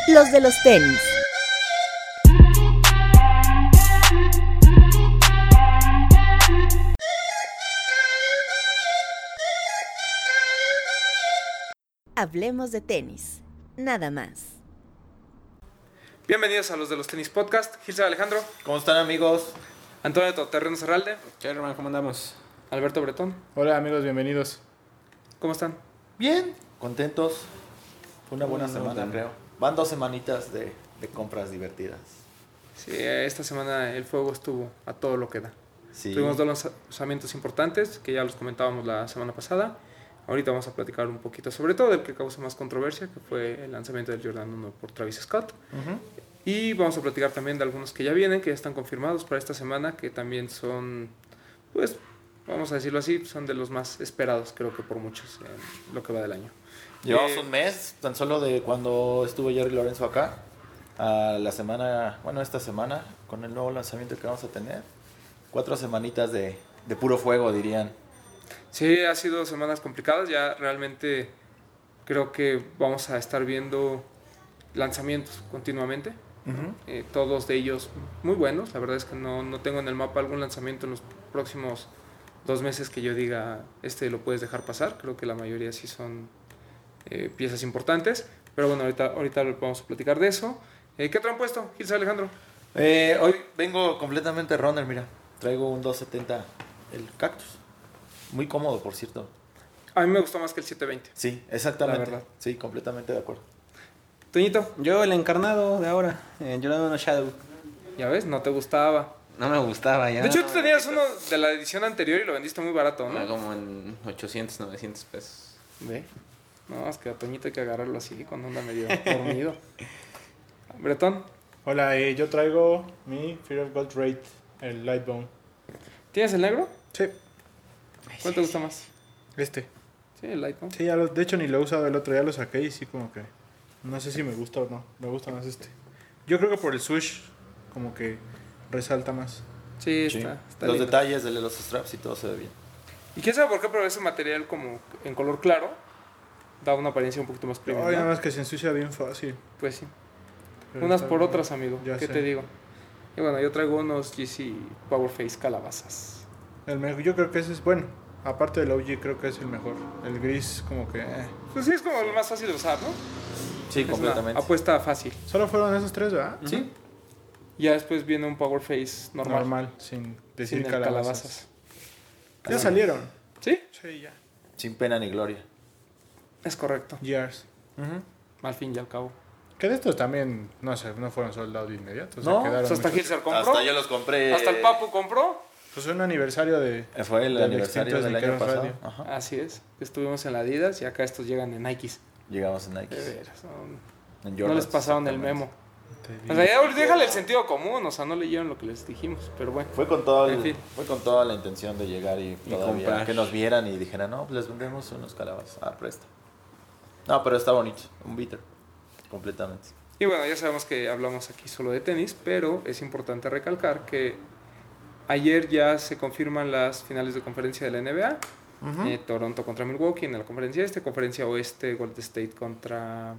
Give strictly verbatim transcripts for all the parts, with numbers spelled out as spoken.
los de los tenis. Hablemos de tenis, nada más. Bienvenidos a los de los tenis podcast. Gilsa Alejandro. ¿Cómo están, amigos? Antonio Toterreno Serralde. ¿Qué, hermano? ¿Cómo andamos? Alberto Bretón. Hola, amigos, bienvenidos. ¿Cómo están? Bien, contentos. Fue una buena No, semana, no, creo. Van dos semanitas de, de compras divertidas. Sí, esta semana el fuego estuvo a todo lo que da. Sí. Tuvimos dos lanzamientos importantes que ya los comentábamos la semana pasada. Ahorita vamos a platicar un poquito sobre todo del que causa más controversia, que fue el lanzamiento del Jordan uno por Travis Scott. Uh-huh. Y vamos a platicar también de algunos que ya vienen, que ya están confirmados para esta semana, que también son, pues, vamos a decirlo así, son de los más esperados, creo que por muchos, en lo que va del año. Llevamos Eh, un mes, tan solo de cuando estuvo Jerry Lorenzo acá, a la semana, bueno, esta semana, con el nuevo lanzamiento que vamos a tener. Cuatro semanitas de, de puro fuego, dirían. Sí, ha sido semanas complicadas, ya realmente creo que vamos a estar viendo lanzamientos continuamente, Uh-huh. eh, todos de ellos muy buenos. La verdad es que no, no tengo en el mapa algún lanzamiento en los próximos dos meses que yo diga, este lo puedes dejar pasar. Creo que la mayoría sí son eh, piezas importantes, pero bueno, ahorita, ahorita vamos a platicar de eso. Eh, ¿Qué otro han puesto, Gilsa Alejandro? Eh, hoy vengo completamente runner, mira. Traigo un doscientos setenta, el Cactus. Muy cómodo, por cierto. A mí me gustó más que el siete veinte. Sí, exactamente. La verdad. Sí, completamente de acuerdo. Toñito, Yo, el encarnado de ahora, eh, Jordan uno Shadow. ya ves, no te gustaba. No me gustaba ya. De hecho, no, tú tenías uno de la edición anterior y lo vendiste muy barato, ¿no? Como en ochocientos, novecientos pesos. Ve. No, es que a Toñito hay que agarrarlo así cuando anda medio dormido. Bretón, Hola, eh, yo traigo mi Fear of God Raid, el Lightbone. ¿tienes el negro? Sí, ¿Cuál te gusta más? este. Sí, el Light, ¿no? Sí, ya lo, de hecho ni lo he usado el otro, ya lo saqué y sí como que... No sé si me gusta o no, me gusta más este. Yo creo que por el swoosh como que resalta más. Sí, Sí. está, está Los lindo. detalles de los straps y todo se ve bien. ¿Y quién sabe por qué? Pero ese material como en color claro da una apariencia un poquito más premium, Ay, ¿no? nada más que se ensucia bien fácil. Pues sí. Pero Unas está por bien. otras, amigo. Ya ¿Qué sé. te digo? Y bueno, yo traigo unos G C Powerface calabazas. El me- yo creo que ese es bueno. Aparte del O G creo que es el mejor. El gris como que... eh. Pues sí, es como el más fácil de usar, ¿no? Sí, Es una completamente. apuesta fácil. Solo fueron esos tres, ¿verdad? Sí. Ya después viene un Powerface normal. Normal, sin decir Sin el calabazas. Ya Ah. salieron. ¿Sí? Sí, ya. Sin pena ni gloria. Es correcto. Years. Al fin y al cabo. Que de estos también, no sé, no fueron soldados de inmediato. No, se quedaron Pues hasta muchos. Gilser compró. Hasta yo los compré. Hasta el Papu compró. Pues un aniversario de... Fue el del aniversario extinto del año Sneaker pasado. Radio. Ajá. Así es. Estuvimos en la Adidas y acá estos llegan en Nikes. Llegamos en Nike. De veras, son- En No Jordans, les pasaron el exactamente. memo. Te O sea, ya déjale el sentido común. O sea, no leyeron lo que les dijimos. Pero bueno. Fue con, todo el- En fin. fue con toda la intención de llegar y, Y todavía comprar. que nos vieran y dijeran, no, pues les vendemos unos calabazas. Ah, presta. No, pero está bonito. Un bitter. Completamente. Y bueno, ya sabemos que hablamos aquí solo de tenis, pero es importante recalcar que ayer ya se confirman las finales de conferencia de la N B A. Eh, Toronto contra Milwaukee en la conferencia este, conferencia oeste, Golden State contra,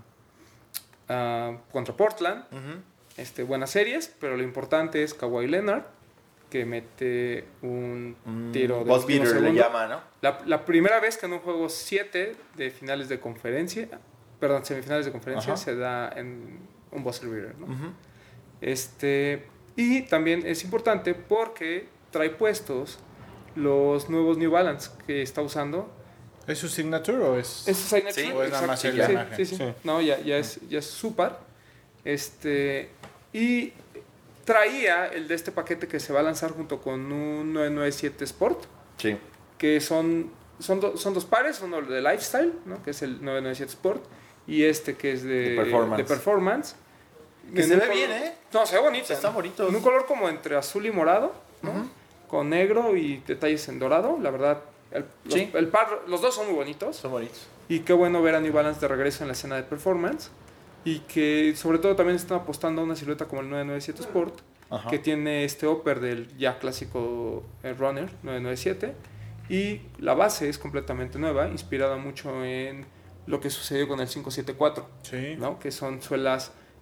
ah, contra Portland. Ujú. Este, buenas series, pero lo importante es Kawhi Leonard, que mete un Mm, tiro de Boss último beater le segundo. llama, ¿no? La, la primera vez que en un juego siete de finales de conferencia, perdón, semifinales de conferencia, Ajá. se da en un buzzer beater, ¿no? Ujú. Este, y también es importante porque trae puestos los nuevos New Balance que está usando. ¿Es su signature o es...? Es su signature, Sí, o es nada más exacto. el Sí, imagen. sí, sí. Sí. No, ya, ya es, ya es su par. Este, y traía el de este paquete que se va a lanzar junto con un nueve noventa y siete Sport, Sí. que son, son, do- son dos pares, uno de Lifestyle, ¿no? Que es el nueve noventa y siete Sport, y este que es de, De performance. de performance. Que En se un ve color- bien, ¿eh? No, se ve bonito. Está bonito. En un color como entre azul y morado, ¿no? Ujú. Con negro y detalles en dorado. La verdad, el, los, Sí. el par, los dos son muy bonitos. Son bonitos. Y qué bueno ver a New Balance de regreso en la escena de performance. Y que sobre todo también están apostando a una silueta como el nueve noventa y siete Sport, Ajá. que tiene este upper del ya clásico eh, Runner nueve noventa y siete. Y la base es completamente nueva, inspirada mucho en lo que sucedió con el cinco siete cuatro, Sí. ¿no? Que son suelas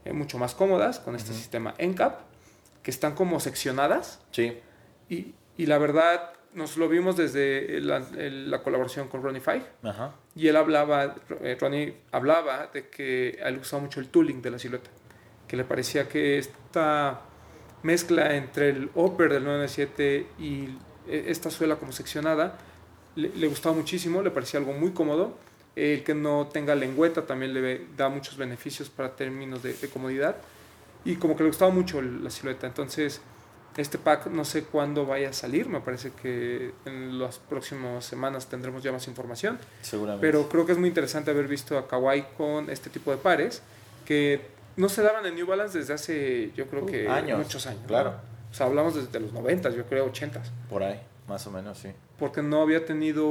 eh, mucho más cómodas con este uh-huh. sistema N C A P, que están como seccionadas. Sí. Y, y la verdad, nos lo vimos desde la, la colaboración con Ronnie Fieg. Ajá. Y él hablaba, eh, Ronnie hablaba de que a él le gustaba mucho el tooling de la silueta. Que le parecía que esta mezcla entre el upper del nueve noventa y siete y esta suela como seccionada le, le gustaba muchísimo, le parecía algo muy cómodo. El que no tenga lengüeta también le da muchos beneficios para términos de, de comodidad. Y como que le gustaba mucho la silueta. Entonces, este pack no sé cuándo vaya a salir. Me parece que en las próximas semanas tendremos ya más información. Seguramente. Pero creo que es muy interesante haber visto a Kawhi con este tipo de pares que no se daban en New Balance desde hace, yo creo que años, muchos años. Claro. ¿no? O sea, hablamos desde los noventas, yo creo, ochentas. Por ahí, más o menos, sí. Porque no había tenido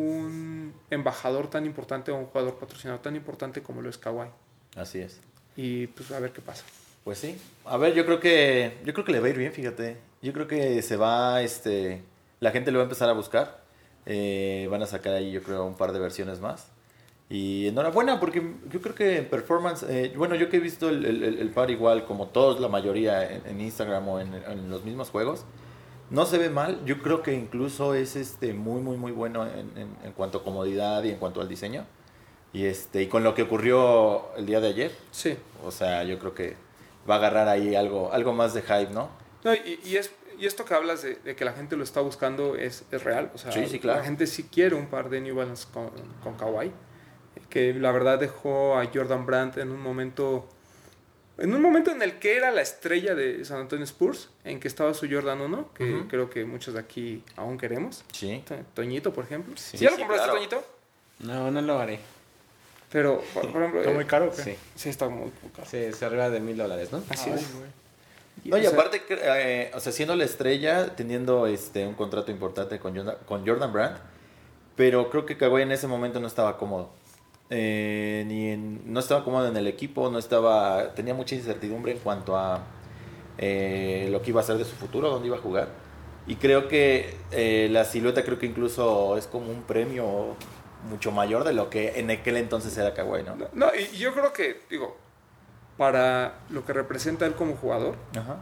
un embajador tan importante o un jugador patrocinador tan importante como lo es Kawhi. Así es. Y pues a ver qué pasa. Pues sí. A ver, yo creo que yo creo que le va a ir bien, fíjate. Yo creo que se va, este, la gente lo va a empezar a buscar. Eh, van a sacar ahí, yo creo, un par de versiones más. Y enhorabuena, porque yo creo que en performance, eh, bueno, yo que he visto el, el, el par igual, como todos, la mayoría en, en Instagram o en, en los mismos juegos, no se ve mal. Yo creo que incluso es este muy, muy, muy bueno en, en, en cuanto a comodidad y en cuanto al diseño. Y, este, y con lo que ocurrió el día de ayer, sí. O sea, yo creo que va a agarrar ahí algo, algo más de hype, ¿no? No, y, y, es, y esto que hablas de, de que la gente lo está buscando es, es real. O sea, sí, sí, claro. La gente sí quiere un par de New Balance con, con Kawhi. Que la verdad dejó a Jordan Brand en un momento en un momento en el que era la estrella de San Antonio Spurs, en que estaba su Jordan uno, que uh-huh. creo que muchos de aquí aún queremos. Sí. Toñito, por ejemplo. Sí, ¿Sí ya sí, lo compraste, claro. Toñito? No, no lo haré. Pero, por, por ejemplo... ¿Está eh, muy caro o qué? Sí. Sí, está muy caro. Sí, es arriba de mil dólares, ¿no? Así Ay, es. güey. No, y o sea, aparte, eh, o sea, siendo la estrella, teniendo este un contrato importante con Jordan, con Jordan Brand, pero creo que Kawhi en ese momento no estaba cómodo. Eh, ni en, no estaba cómodo en el equipo, no estaba, tenía mucha incertidumbre en cuanto a eh, lo que iba a hacer de su futuro, dónde iba a jugar. Y creo que eh, la silueta creo que incluso es como un premio mucho mayor de lo que en aquel entonces era Kawhi, ¿no? No, no, y yo creo que, digo, para lo que representa él como jugador, Ajá.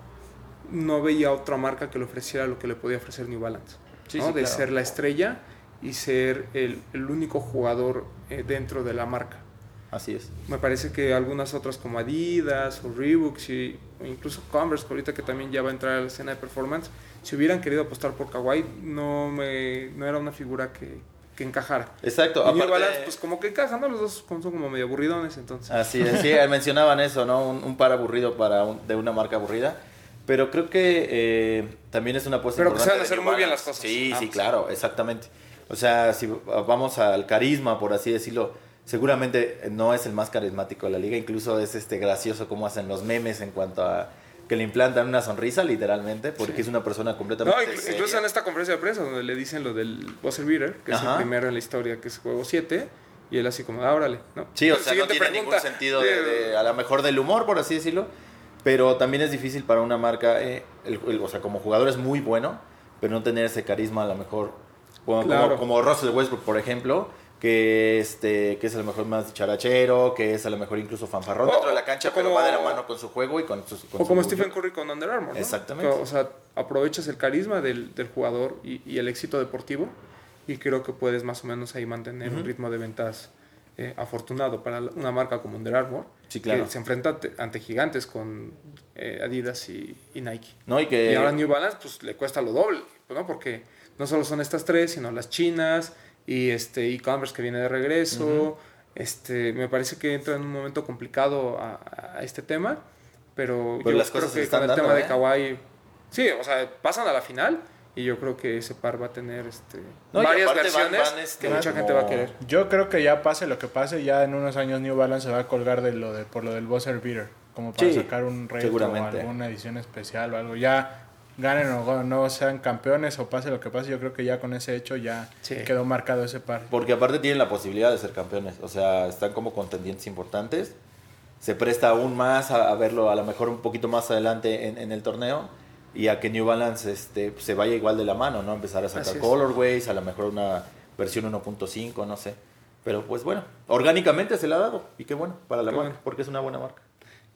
no veía otra marca que le ofreciera lo que le podía ofrecer New Balance. Sí, ¿no? sí, De claro. ser la estrella y ser el, el único jugador eh, dentro de la marca. Así es. Me parece que algunas otras como Adidas o Reebok y, o incluso Converse, que ahorita que también ya va a entrar a la escena de performance, si hubieran querido apostar por Kawhi, no, me, no era una figura que, que encajara. Exacto. Y New aparte- Balance, pues como que encajan, ¿no? Los dos son como medio aburridones, entonces. Así es, sí, mencionaban eso, ¿no? Un, un par aburrido para un- de una marca aburrida. Pero creo que eh, también es una apuesta Pero que importante saben de hacer New muy bien Balance. las cosas. Sí, Ah, sí, pues. claro, exactamente. O sea, si vamos al carisma, por así decirlo, seguramente no es el más carismático de la liga. Incluso es este gracioso cómo hacen los memes en cuanto a que le implantan una sonrisa, literalmente, porque Sí. es una persona completamente No, inclu- seria. incluso en esta conferencia de prensa donde le dicen lo del buzzer beater, que es Ajá. el primero en la historia, que es juego siete, y él así como, ah, órale, ¿no? Sí, o sea, no Siguiente tiene pregunta. ningún sentido de, Eh, de- a lo mejor del humor, por así decirlo, pero también es difícil para una marca, eh, el- el- o sea, como jugador es muy bueno, pero no tener ese carisma a lo mejor, como, Claro. como, como Russell Westbrook, por ejemplo, que, este, que es a lo mejor más charachero, que es a lo mejor incluso fanfarrón O- dentro de la cancha, o pero como- va de la mano con su juego y con sus... con O como su- Stephen Curry con Under Armour, ¿no? Exactamente. O sea, aprovechas el carisma del, del jugador y, y el éxito deportivo, y creo que puedes más o menos ahí mantener un Ujú. ritmo de ventas eh, afortunado para una marca como Under Armour, Sí, claro. que se enfrenta ante, ante gigantes con eh, Adidas y, y Nike. No, y que... Y ahora New Balance pues le cuesta lo doble, ¿no? Porque no solo son estas tres, sino las chinas y este y Converse que viene de regreso. Ujú. Este, me parece que entra en un momento complicado a, a este tema, pero, Pero yo las creo cosas se que están con el dando, tema ¿eh? de Kawhi, sí, o sea, pasan a la final y yo creo que ese par va a tener este No, y varias aparte van- versiones van, este, que mucha como- gente va a querer. Yo creo que ya pase lo que pase, ya en unos años New Balance se va a colgar de lo de por lo del buzzer beater, como para Sí, sacar un reto o seguramente. alguna edición especial o algo. Ya ganen o no sean campeones o pase lo que pase, yo creo que ya con ese hecho ya Sí. quedó marcado ese par. Porque aparte tienen la posibilidad de ser campeones. O sea, están como contendientes importantes. Se presta aún más a, a verlo a lo mejor un poquito más adelante en, en el torneo. Y a que New Balance este, se vaya igual de la mano, ¿no? Empezar a Así sacar es. colorways, a lo mejor una versión uno punto cinco, no sé. Pero pues bueno, orgánicamente se le ha dado. Y qué bueno para la Qué marca, bueno. porque es una buena marca.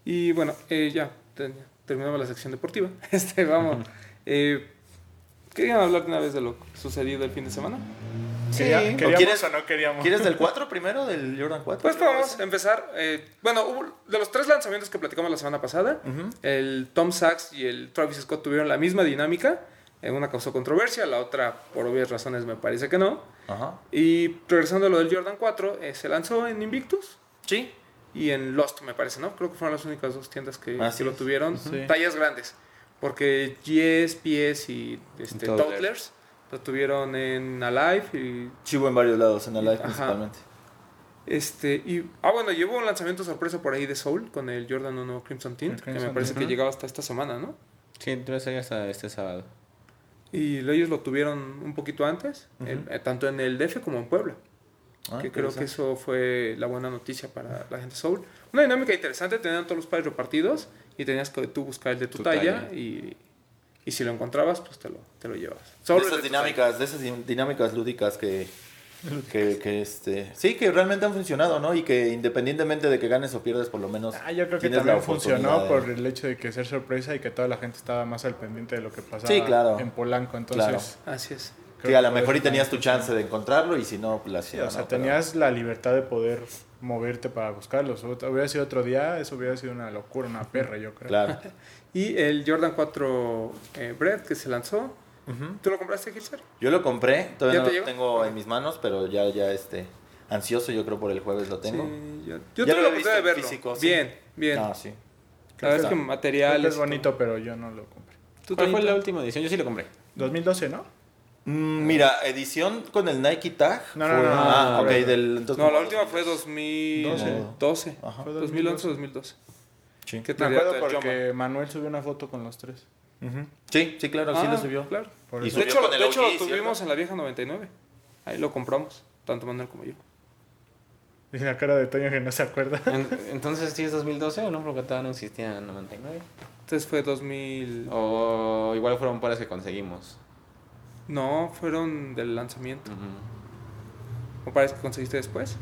Y bueno, eh, ya te- terminamos la sección deportiva. Este, vamos. eh, ¿Querían hablar de una vez de lo sucedido el fin de semana? Quería- ¿O ¿Queríamos quieres- o no queríamos? ¿Quieres del cuatro primero, del Jordan cuatro? Pues vamos a empezar. eh, bueno, hubo- de los tres lanzamientos que platicamos la semana pasada, Ujú. el Tom Sachs y el Travis Scott tuvieron la misma dinámica. Eh, una causó controversia, la otra, por obvias razones, me parece que no. Ajá. Y regresando a lo del Jordan cuatro, eh, se lanzó en Invictus Sí. y en Lost, me parece, ¿no? Creo que fueron las únicas dos tiendas que, Así que lo es. tuvieron. Sí. Tallas grandes. Porque G S, P S y este, Toddlers. Toddlers lo tuvieron en Alive y Sí, hubo en varios lados, en la live Ajá. principalmente. Este, y, ah, bueno, llevó un lanzamiento sorpresa por ahí de Soul con el Jordan uno Crimson Tint, El que me Crimson parece Tint. que Ujú. llegaba hasta esta semana, ¿no? Sí, entonces ahí hasta este sábado. Y ellos lo tuvieron un poquito antes, Ujú. en- eh, tanto en el D F como en Puebla, Ah, que creo que interesante. eso fue la buena noticia para la gente de Soul. Una dinámica interesante, tenían todos los pares repartidos y tenías que tú buscar el de tu, Tu talla, talla. Y, y si lo encontrabas, pues te lo, te lo llevabas. De Soul es esas de tu dinámicas, de esas din- dinámicas lúdicas que, que, que, este, sí, que realmente han funcionado, ¿no? Y que independientemente de que ganes o pierdes, por lo menos Ah, yo creo que tienes también la funcionó oportunidad por de- el hecho de que ser sorpresa y que toda la gente estaba más al pendiente de lo que pasaba Sí, claro. en Polanco. Entonces, talla. Así es. creo Sí, a que lo por mejor y eso tenías tu también funcionó. chance de encontrarlo y si no, pues la Sí, o sea, tenías la libertad de poder moverte para buscarlos. Ot- Hubiera sido otro día, eso hubiera sido una locura, una perra, yo creo. Claro. Y el Jordan cuatro eh, Bread que se lanzó, Ujú. ¿tú lo compraste, Gilser? Yo lo compré, todavía ¿Ya no te lo llegó? tengo en mis manos, pero ya, ya, este, ansioso, yo creo por el jueves lo tengo. Sí, yo, yo Ya tuve lo la he oportunidad visto de en verlo. físico, sí. Bien, bien. Ah, sí. la verdad es que Creo materiales. que es bonito, pero yo no lo compré. ¿Tú, ¿Cuál fue Toñito? la última edición? Yo sí lo compré. dos mil doce, ¿no? Mm, mira, edición con el Nike Tag. No, no, fue- no, no, Ah, no, ok, no. del... entonces, No, la como- última fue dos mil doce. Ajá. Fue dos mil once o dos mil doce. Sí. ¿Qué Me te acuerdo diría, porque Manuel subió una foto con los tres. Ujú. Sí, sí, claro, sí Ah, lo subió. Claro. Por Y eso. De subió hecho, con lo- el de hecho O G, lo ¿cierto? tuvimos en la vieja noventa y nueve. Ahí lo compramos, tanto Manuel como yo. Y la cara de Toño que no se acuerda. En- entonces, ¿sí es dos mil doce o no? Porque todavía no existía en noventa y nueve. Entonces fue dos mil... O igual fueron pares que conseguimos. No, fueron del lanzamiento. Ujú. ¿O parece que conseguiste después?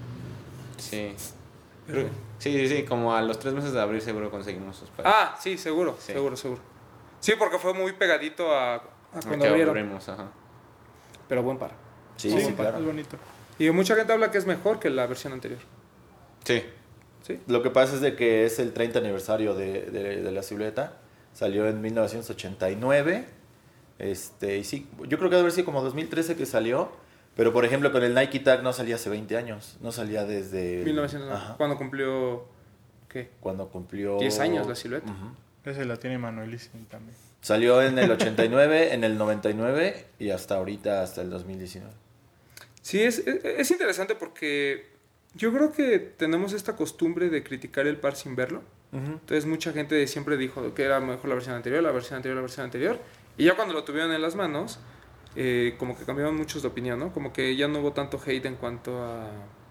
Sí. Pero- Sí, sí, sí. Como a los tres meses de abril seguro conseguimos sus pares. Ah, sí, seguro, Sí. seguro, seguro. Sí, porque fue muy pegadito a, a cuando Que abrieron. abrimos, ajá. Pero buen par. Sí, Sí, sí, es claro. bonito. Y mucha gente habla que es mejor que la versión anterior. Sí. ¿Sí? Lo que pasa es de que es el treinta aniversario de, de- de la silueta. Salió en mil novecientos ochenta y nueve. Este, y sí, yo creo que debe haber sido como dos mil trece que salió. Pero por ejemplo, con el Nike Tag no salía hace veinte años. No salía desde. mil novecientos Ajá. cuando cumplió, ¿qué? Cuando cumplió. diez años la silueta. Ujú. Ese la tiene Manuelísimo también. Salió en el ochenta y nueve, en el noventa y nueve y hasta ahorita, hasta el dos mil diecinueve. Sí, es, es, es interesante porque yo creo que tenemos esta costumbre de criticar el par sin verlo. Entonces mucha gente siempre dijo que era mejor la versión anterior, la versión anterior, la versión anterior. Y ya cuando lo tuvieron en las manos, eh, como que cambiaron muchos de opinión, ¿no? Como que ya no hubo tanto hate en cuanto a...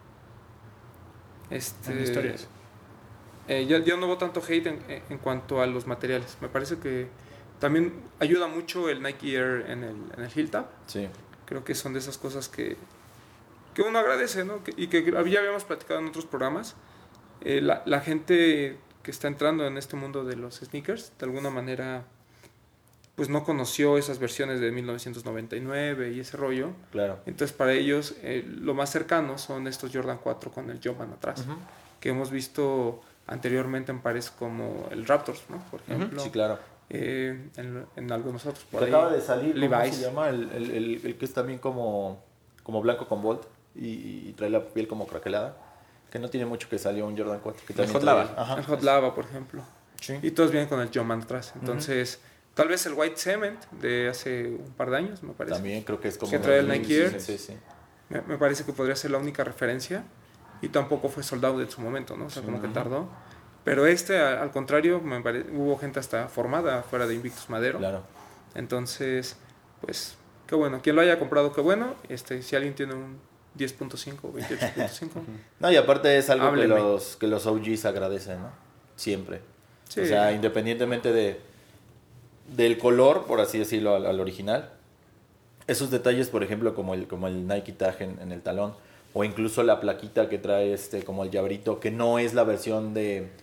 Este, En historias. eh, ya, ya no hubo tanto hate en, en cuanto a los materiales. Me parece que también ayuda mucho el Nike Air en el, en el heel tab. Sí. Creo que son de esas cosas que, que uno agradece, ¿no? Que- y que ya habíamos platicado en otros programas. Eh, la, la gente que está entrando en este mundo de los sneakers, de alguna manera, pues no conoció esas versiones de mil novecientos noventa y nueve y ese rollo. Claro. Entonces para ellos eh, lo más cercano son estos Jordan cuatro con el Jumpman atrás, Ujú. que hemos visto anteriormente en pares como el Raptors, ¿no? Por ejemplo, Sí, claro. eh, en, en algo de nosotros. Por Que ahí, acaba de salir, ¿cómo Levi's. se llama? El, el, el, el que es también como, como blanco con Bolt y, y trae la piel como craquelada. Que no tiene mucho que salió un Jordan cuatro. Que también Hot trae- Lava. Ajá. el Hot Lava, por ejemplo. Sí. Y todos vienen con el Jumpman atrás. Entonces, tal vez el White Cement de hace un par de años, me parece. También creo que es como... Que trae el dos mil Nike Air. dieciséis, Sí, sí. Me, me parece que podría ser la única referencia. Y tampoco fue soldado en su momento, ¿no? O sea, como que tardó. Pero este, a- al contrario, me pare- hubo gente hasta formada fuera de Invictus Madero. Claro. Entonces, pues, qué bueno. Quien lo haya comprado, qué bueno. Este, si alguien tiene un diez punto cinco o veintiocho punto cinco. No, y aparte es algo que Hábleme. los, que los O Gs agradecen, ¿no? Siempre. Sí. O sea, independientemente de del color, por así decirlo, al, al original, esos detalles, por ejemplo, como el, como el Nike Tag en, en el talón, o incluso la plaquita que trae este como el llaverito, que no es la versión de,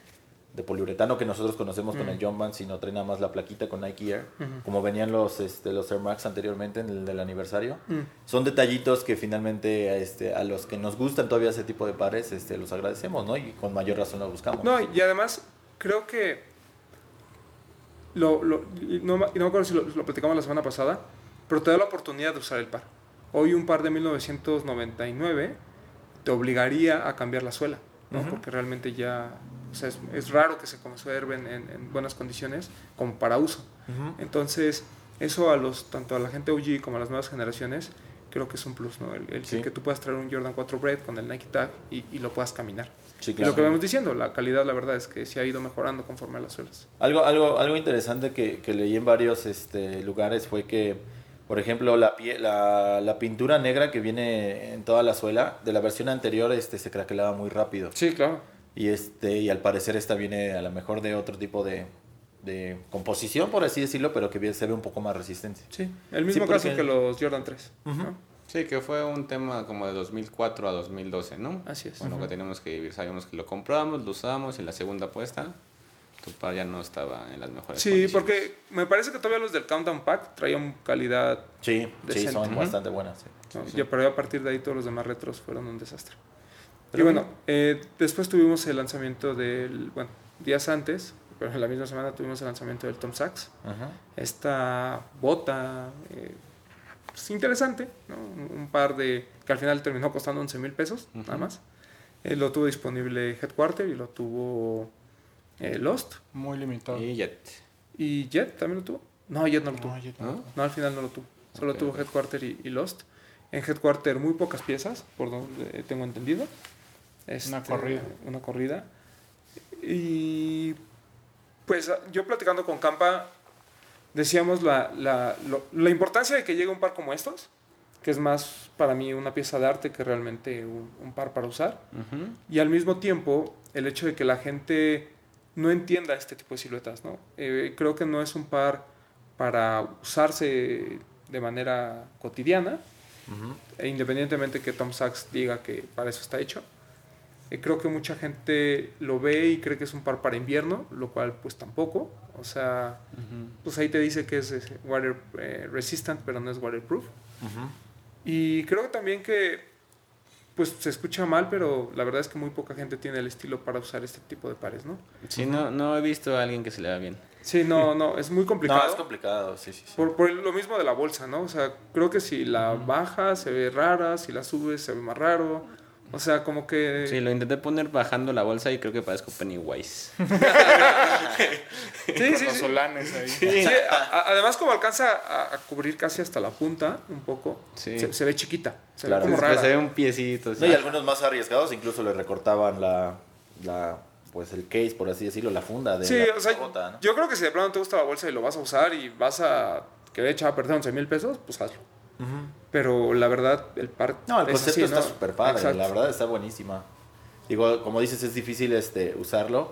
de poliuretano que nosotros conocemos Mm. con el Jumpman, sino trae nada más la plaquita con Nike Air, Ujú. como venían los, este, los Air Max anteriormente en el del aniversario. Mm. Son detallitos que finalmente este, a los que nos gustan todavía ese tipo de pares este, los agradecemos, ¿no? Y con mayor razón los buscamos. No, y además creo que lo, lo, y no, me- y no me acuerdo si lo, lo platicamos la semana pasada, pero te da la oportunidad de usar el par. Hoy un par de mil novecientos noventa y nueve te obligaría a cambiar la suela, ¿no? Ujú. Porque realmente ya, o sea, es, es raro que se conserven en, en buenas condiciones como para uso. Ujú. Entonces, eso a los tanto a la gente O G como a las nuevas generaciones creo que es un plus, ¿no? El, el Sí. que tú puedas traer un Jordan cuatro Bread con el Nike Tag y, y lo puedas caminar. Sí, Y claro. lo que vemos diciendo, la calidad la verdad es que sí ha ido mejorando conforme a las suelas. Algo, algo, algo interesante que, que leí en varios este, lugares fue que, por ejemplo, la, pie, la, la pintura negra que viene en toda la suela de la versión anterior este, se craquelaba muy rápido. Sí, claro. Y, este, y al parecer esta viene a lo mejor de otro tipo de, de composición, por así decirlo, pero que bien- se ve un poco más resistente. Sí, el mismo Sí, caso porque- que los Jordan tres. Ujú. ¿no? Sí, que fue un tema como de dos mil cuatro a dos mil doce, ¿no? Así es. Bueno, que teníamos que vivir, sabíamos que lo compramos, lo usamos y la segunda apuesta, tu par ya no estaba en las mejores Sí, condiciones. porque me parece que todavía los del Countdown Pack traían calidad, Sí, sí, Decente. son Ujú. bastante buenas. sí. ¿no? Sí, sí. Ya, pero ya a partir de ahí todos los demás retros fueron un desastre. Pero y bueno, eh, después tuvimos el lanzamiento del, bueno, días antes, pero en la misma semana tuvimos el lanzamiento del Tom Sachs. Ajá. Esta bota, eh, pues interesante, ¿no? Un, un par de, que al final terminó costando once mil pesos, Ujú. nada más. Eh, lo tuvo disponible Headquarter y lo tuvo eh, Lost. Muy limitado. Y Jet. ¿Y Jet también lo tuvo? No, Jet no lo tuvo. No, yo ¿no? No, al final no lo tuvo. Solo Ok, tuvo ok. Headquarter y, y Lost. En Headquarter muy pocas piezas, por donde tengo entendido. Este, Una corrida. Una corrida. Y pues yo platicando con Campa, decíamos la, la, lo- la importancia de que llegue un par como estos, que es más para mí una pieza de arte que realmente un, un par para usar. Ujú. Y al mismo tiempo, el hecho de que la gente no entienda este tipo de siluetas, ¿no? Eh, creo que no es un par para usarse de manera cotidiana, Ujú. e independientemente que Tom Sachs diga que para eso está hecho. Eh, creo que mucha gente lo ve y cree que es un par para invierno, lo cual pues tampoco. O sea, Ujú. pues ahí te dice que es eh, water eh, resistant, pero no es waterproof. Ujú. Y creo que también que pues se escucha mal, pero la verdad es que muy poca gente tiene el estilo para usar este tipo de pares, ¿no? Sí, no, no he visto a alguien que se le vea bien. Sí, no, no, es muy complicado. No, es complicado, sí, sí, sí. Por, por lo mismo de la bolsa, ¿no? O sea, creo que si la bajas se ve rara, si la subes se ve más raro. O sea, como que... Sí, lo intenté poner bajando la bolsa y creo que parezco Pennywise. sí, Con sí, los sí. solanes ahí. Sí, a- a- además como alcanza a, a cubrir casi hasta la punta un poco, Sí. se, se ve chiquita, se Claro. ve como Pues rara. se ve un piecito. No, y algunos más arriesgados incluso le recortaban la, la pues el case, por así decirlo, la funda de Sí, la o sea, bota, ¿no? yo creo que si de plano te gusta la bolsa y lo vas a usar y vas a querer echar a perder once mil pesos, pues hazlo. Ujú. Pero la verdad, el par No, el es concepto así, está ¿no? súper padre, Exacto. la verdad está buenísima. Digo, como dices, es difícil este usarlo,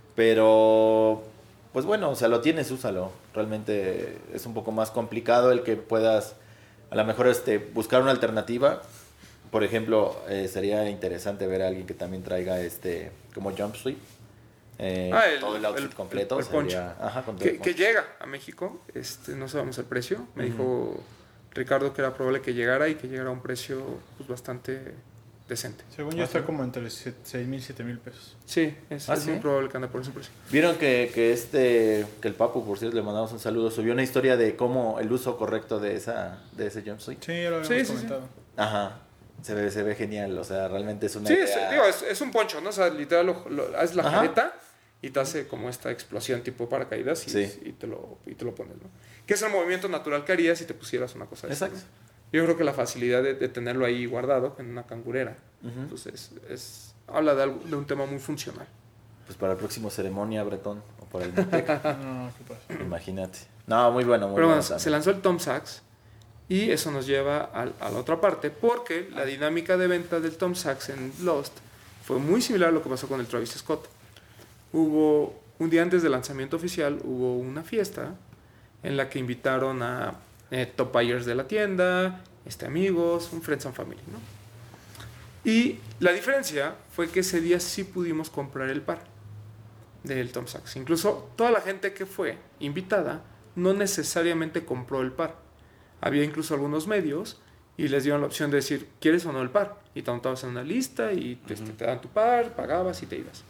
pero pues bueno, o sea, lo tienes, úsalo. Realmente es un poco más complicado el que puedas a lo mejor este buscar una alternativa. Por ejemplo, eh, sería interesante ver a alguien que también traiga este como jumpsuit. Eh, Ah, el- todo el outfit el- completo. el poncho. sería- ajá, con todo Que, el que poncho. llega a México, este, no sabemos el precio. Me dijo Ricardo que era probable que llegara y que llegara a un precio pues, bastante decente. Según yo está como entre seis mil y siete mil pesos. Sí, es, ¿Ah, es sí? muy probable que ande por ese precio. Vieron que, que este que el Papu, por cierto, le mandamos un saludo, subió una historia de cómo el uso correcto de esa de ese jumpsuit. Sí, ya lo habíamos Sí, sí, sí. comentado. Ajá. Se ve, se ve genial, o sea, realmente es una Sí, idea. es, digo, es, es un poncho, ¿no? O sea, literal, lo, lo- haces la Ajá. jareta y te hace como esta explosión tipo paracaídas y, Sí. y, te, lo, y te lo pones, ¿no? Que es el movimiento natural que harías si te pusieras una cosa de esa, Exacto. ¿no? Yo creo que la facilidad de, de tenerlo ahí guardado en una cangurera, Ujú. pues es, es- habla de, algo, de un tema muy funcional. Pues para el próximo ceremonia, Bretón, o para el Motec, No, ¿qué pasa? imagínate. No, muy bueno, muy Pero bueno. bueno, se también. lanzó el Tom Sachs y eso nos lleva al- a, la otra parte porque la dinámica de venta del Tom Sachs en Lost fue muy similar a lo que pasó con el Travis Scott. Hubo, un día antes del lanzamiento oficial, hubo una fiesta en la que invitaron a eh, top buyers de la tienda, este, amigos, un Friends and Family, ¿no? Y la diferencia fue que ese día sí pudimos comprar el par. del Tom Sachs. Incluso toda la gente que fue invitada no necesariamente compró el par. Había incluso algunos medios y les dieron la opción de decir, ¿quieres o no el par? Y te anotabas en una lista y te, uh-huh. te daban tu par, pagabas y te ibas.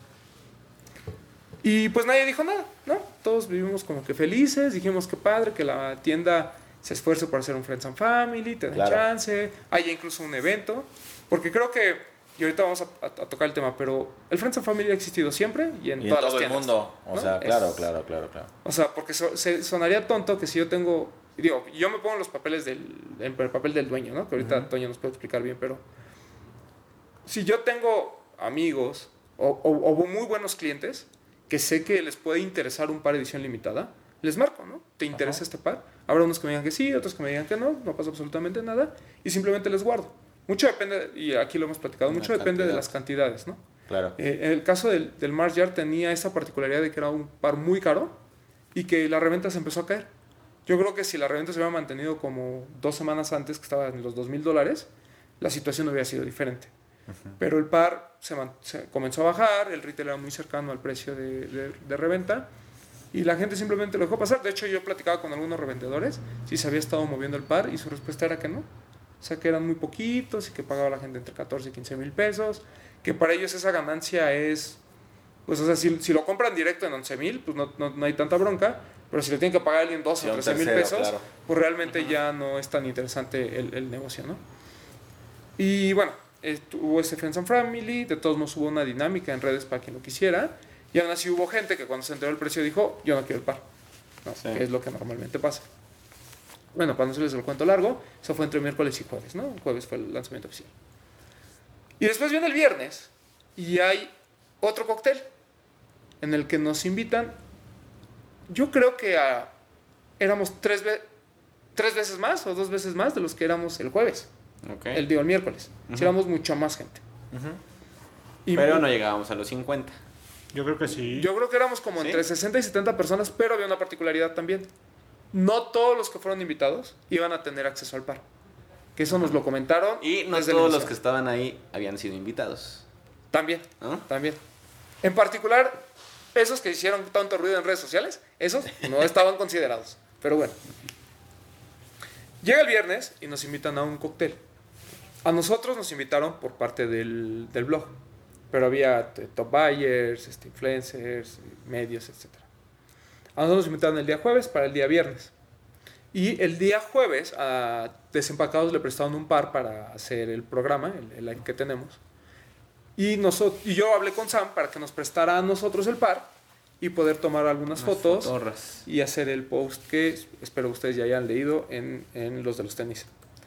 Y pues nadie dijo nada, ¿no? Todos vivimos como que felices, dijimos que padre, que la tienda se esfuerce por hacer un Friends and Family, te dan claro. chance, haya incluso un evento, porque creo que, y ahorita vamos a, a, a tocar el tema, pero el Friends and Family ha existido siempre y en y todas en todo las tiendas, el mundo, o ¿no? sea, claro, es, claro, claro, claro. O sea, porque so, se, sonaría tonto que si yo tengo, digo, yo me pongo en los papeles del, en el papel del dueño, ¿no? Que ahorita uh-huh. Toño nos puede explicar bien, pero si yo tengo amigos o, o, o muy buenos clientes que sé que les puede interesar un par de edición limitada, les marco, ¿no? ¿Te interesa Ajá. este par? Habrá unos que me digan que sí, otros que me digan que no, no pasa absolutamente nada, y simplemente les guardo. Mucho depende, y aquí lo hemos platicado, Una mucho cantidad. depende de las cantidades, ¿no? Claro. Eh, en el caso del, del Mars Yard tenía esa particularidad de que era un par muy caro y que la reventa se empezó a caer. Yo creo que si la reventa se hubiera mantenido como dos semanas antes, que estaba en los dos mil dólares, la situación hubiera sido diferente. Uh-huh. Pero el par se, man, se comenzó a bajar, el retail era muy cercano al precio de, de, de reventa y la gente simplemente lo dejó pasar. De hecho, yo platicaba con algunos revendedores si se había estado moviendo el par y su respuesta era que no. O sea, que eran muy poquitos y que pagaba la gente entre catorce y quince mil pesos, que para ellos esa ganancia es, pues, o sea, si, si lo compran directo en once mil, pues no, no, no hay tanta bronca, pero si le tienen que pagar a alguien doce o trece mil pesos, claro. pues realmente uh-huh. ya no es tan interesante el, el negocio, ¿no? Y bueno, hubo ese Friends and Family, de todos modos hubo una dinámica en redes para quien lo quisiera, y aún así hubo gente que cuando se enteró del precio dijo, yo no quiero el par, ¿no? Sí. Que es lo que normalmente pasa. Bueno, para no hacerles el cuento largo, eso fue entre miércoles y jueves, ¿no? El jueves fue el lanzamiento oficial. Y después viene el viernes, y hay otro cóctel, en el que nos invitan, yo creo que a, éramos tres, ve- tres veces más, o dos veces más de los que éramos el jueves. Okay. El día, el miércoles. Uh-huh. Si éramos mucha más gente. Uh-huh. Y pero no llegábamos a los cincuenta. Yo creo que sí. Yo creo que éramos como ¿Sí? entre sesenta y setenta personas, pero había una particularidad también. No todos los que fueron invitados iban a tener acceso al par. Que eso uh-huh. nos lo comentaron. Y no todos los que estaban ahí habían sido invitados. También, ¿Ah? también. En particular, esos que hicieron tanto ruido en redes sociales, esos no estaban considerados. Pero bueno. Llega el viernes y nos invitan a un cóctel. A nosotros nos invitaron por parte del, del blog, pero había top buyers, este, influencers, medios, etcétera. A nosotros nos invitaron el día jueves para el día viernes. Y el día jueves a Desempacados le prestaron un par para hacer el programa, el, el live que tenemos. Y, nosotros, y yo hablé con Sam para que nos prestara a nosotros el par y poder tomar algunas Unas fotos fotorras. Y hacer el post que espero ustedes ya hayan leído en, en los de los tenis.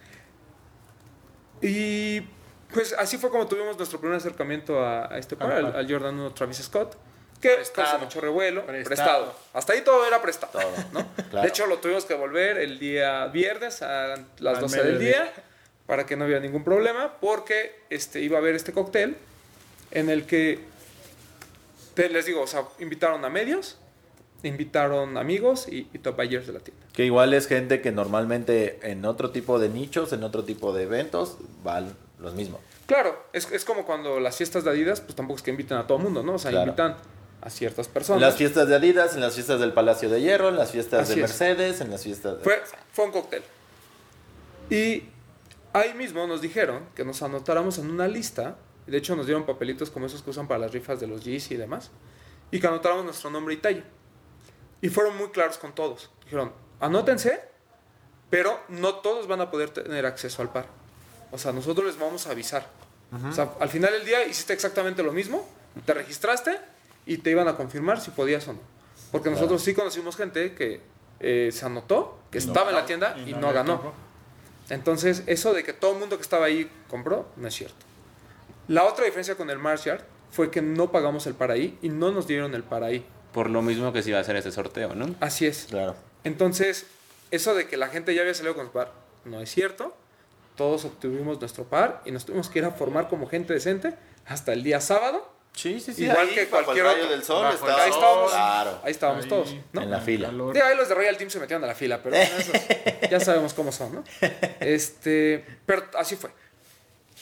Y pues así fue como tuvimos nuestro primer acercamiento a, a este par, al, al Jordan uno Travis Scott, que causó mucho revuelo, prestado. prestado. Hasta ahí todo era prestado, todo. ¿no? Claro. De hecho, lo tuvimos que devolver el día viernes a las al doce del día, día para que no hubiera ningún problema, porque este, iba a haber este cóctel en el que, te, les digo, o sea, invitaron a medios, invitaron amigos y, y top buyers de la tienda. Que igual es gente que normalmente en otro tipo de nichos, en otro tipo de eventos, van los mismos. Claro, es, es como cuando las fiestas de Adidas, pues tampoco es que inviten a todo el mundo, ¿no? O sea, claro. invitan a ciertas personas. En las fiestas de Adidas, en las fiestas del Palacio de Hierro, en las fiestas Así de Mercedes, es. en las fiestas de... Fue, fue un cóctel. Y ahí mismo nos dijeron que nos anotáramos en una lista. De hecho, nos dieron papelitos como esos que usan para las rifas de los Yeezy y demás. Y que anotáramos nuestro nombre y talla. Y fueron muy claros con todos. Dijeron, anótense, pero no todos van a poder tener acceso al par. O sea, nosotros les vamos a avisar. Uh-huh. O sea, al final del día hiciste exactamente lo mismo, te registraste y te iban a confirmar si podías o no. Porque nosotros claro. sí conocimos gente que eh, se anotó, que no, estaba en la tienda y, y no, no ganó. Tiempo. Entonces, eso de que todo el mundo que estaba ahí compró, no es cierto. La otra diferencia con el Mars Yard fue que no pagamos el par ahí y no nos dieron el par ahí. Por lo mismo que se iba a hacer este sorteo, ¿no? Así es. Claro. Entonces, eso de que la gente ya había salido con su par, no es cierto. Todos obtuvimos nuestro par y nos tuvimos que ir a formar como gente decente hasta el día sábado. Sí, sí, sí. Igual ahí, que cualquier el otro. Del sol, ahí estábamos, claro. ahí estábamos ahí, todos, ¿no? En la fila. Sí, ahí los de Royal Team se metieron a la fila, pero bueno, esos, ya sabemos cómo son, ¿no? Este, pero así fue.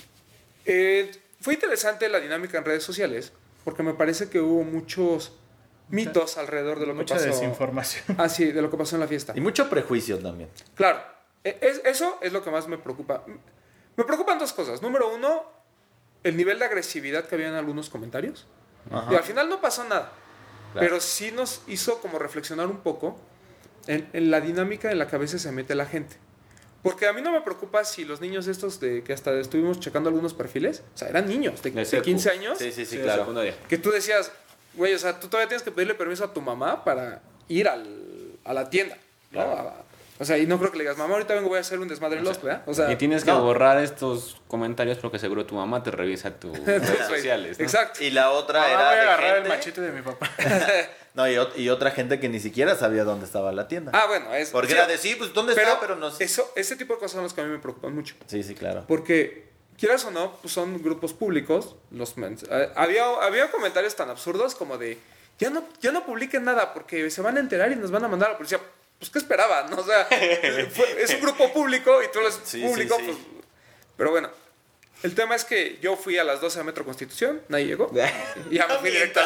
Eh, fue interesante la dinámica en redes sociales porque me parece que hubo muchos mitos alrededor de lo Mucha que pasó. desinformación. Ah, sí, de lo que pasó en la fiesta. Y mucho prejuicio también. Claro, e- es, eso es lo que más me preocupa. Me preocupan dos cosas. Número uno, el nivel de agresividad que había en algunos comentarios. Ajá. Y al final no pasó nada. Claro. Pero sí nos hizo como reflexionar un poco en, en la dinámica en la que a veces se mete la gente. Porque a mí no me preocupa si los niños estos de que hasta estuvimos checando algunos perfiles, o sea, eran niños de, De de secu. quince años, Sí, sí, sí, Sí, claro. secundaria. que tú decías, güey, o sea, tú todavía tienes que pedirle permiso a tu mamá para ir al, a la tienda, ¿no? Claro. A- o sea, y no creo que le digas, mamá, ahorita vengo, voy a hacer un desmadre en los, ¿verdad? O sea, Y tienes que no. borrar estos comentarios porque seguro tu mamá te revisa tus redes güey, sociales, ¿no? Exacto. Y la otra Ahora era voy a de agarrar gente- el machete de mi papá. No, y, ot- y otra gente que ni siquiera sabía dónde estaba la tienda. Ah, bueno, es... Porque sí, era de sí, pues ¿dónde pero está? Pero no sé. eso, ese tipo de cosas son las que a mí me preocupan mucho. Sí, sí, claro. Porque, quieras o no, pues son grupos públicos. Los mens- eh, había, había comentarios tan absurdos como de, ya no, ya no publiquen nada porque se van a enterar y nos van a mandar a la policía. Pues, ¿qué esperaban? O sea, fue- es un grupo público y tú eres Sí, público. sí, sí. Pues, pero bueno, el tema es que yo fui a las doce a Metro Constitución, nadie llegó. Y ya me fui directo a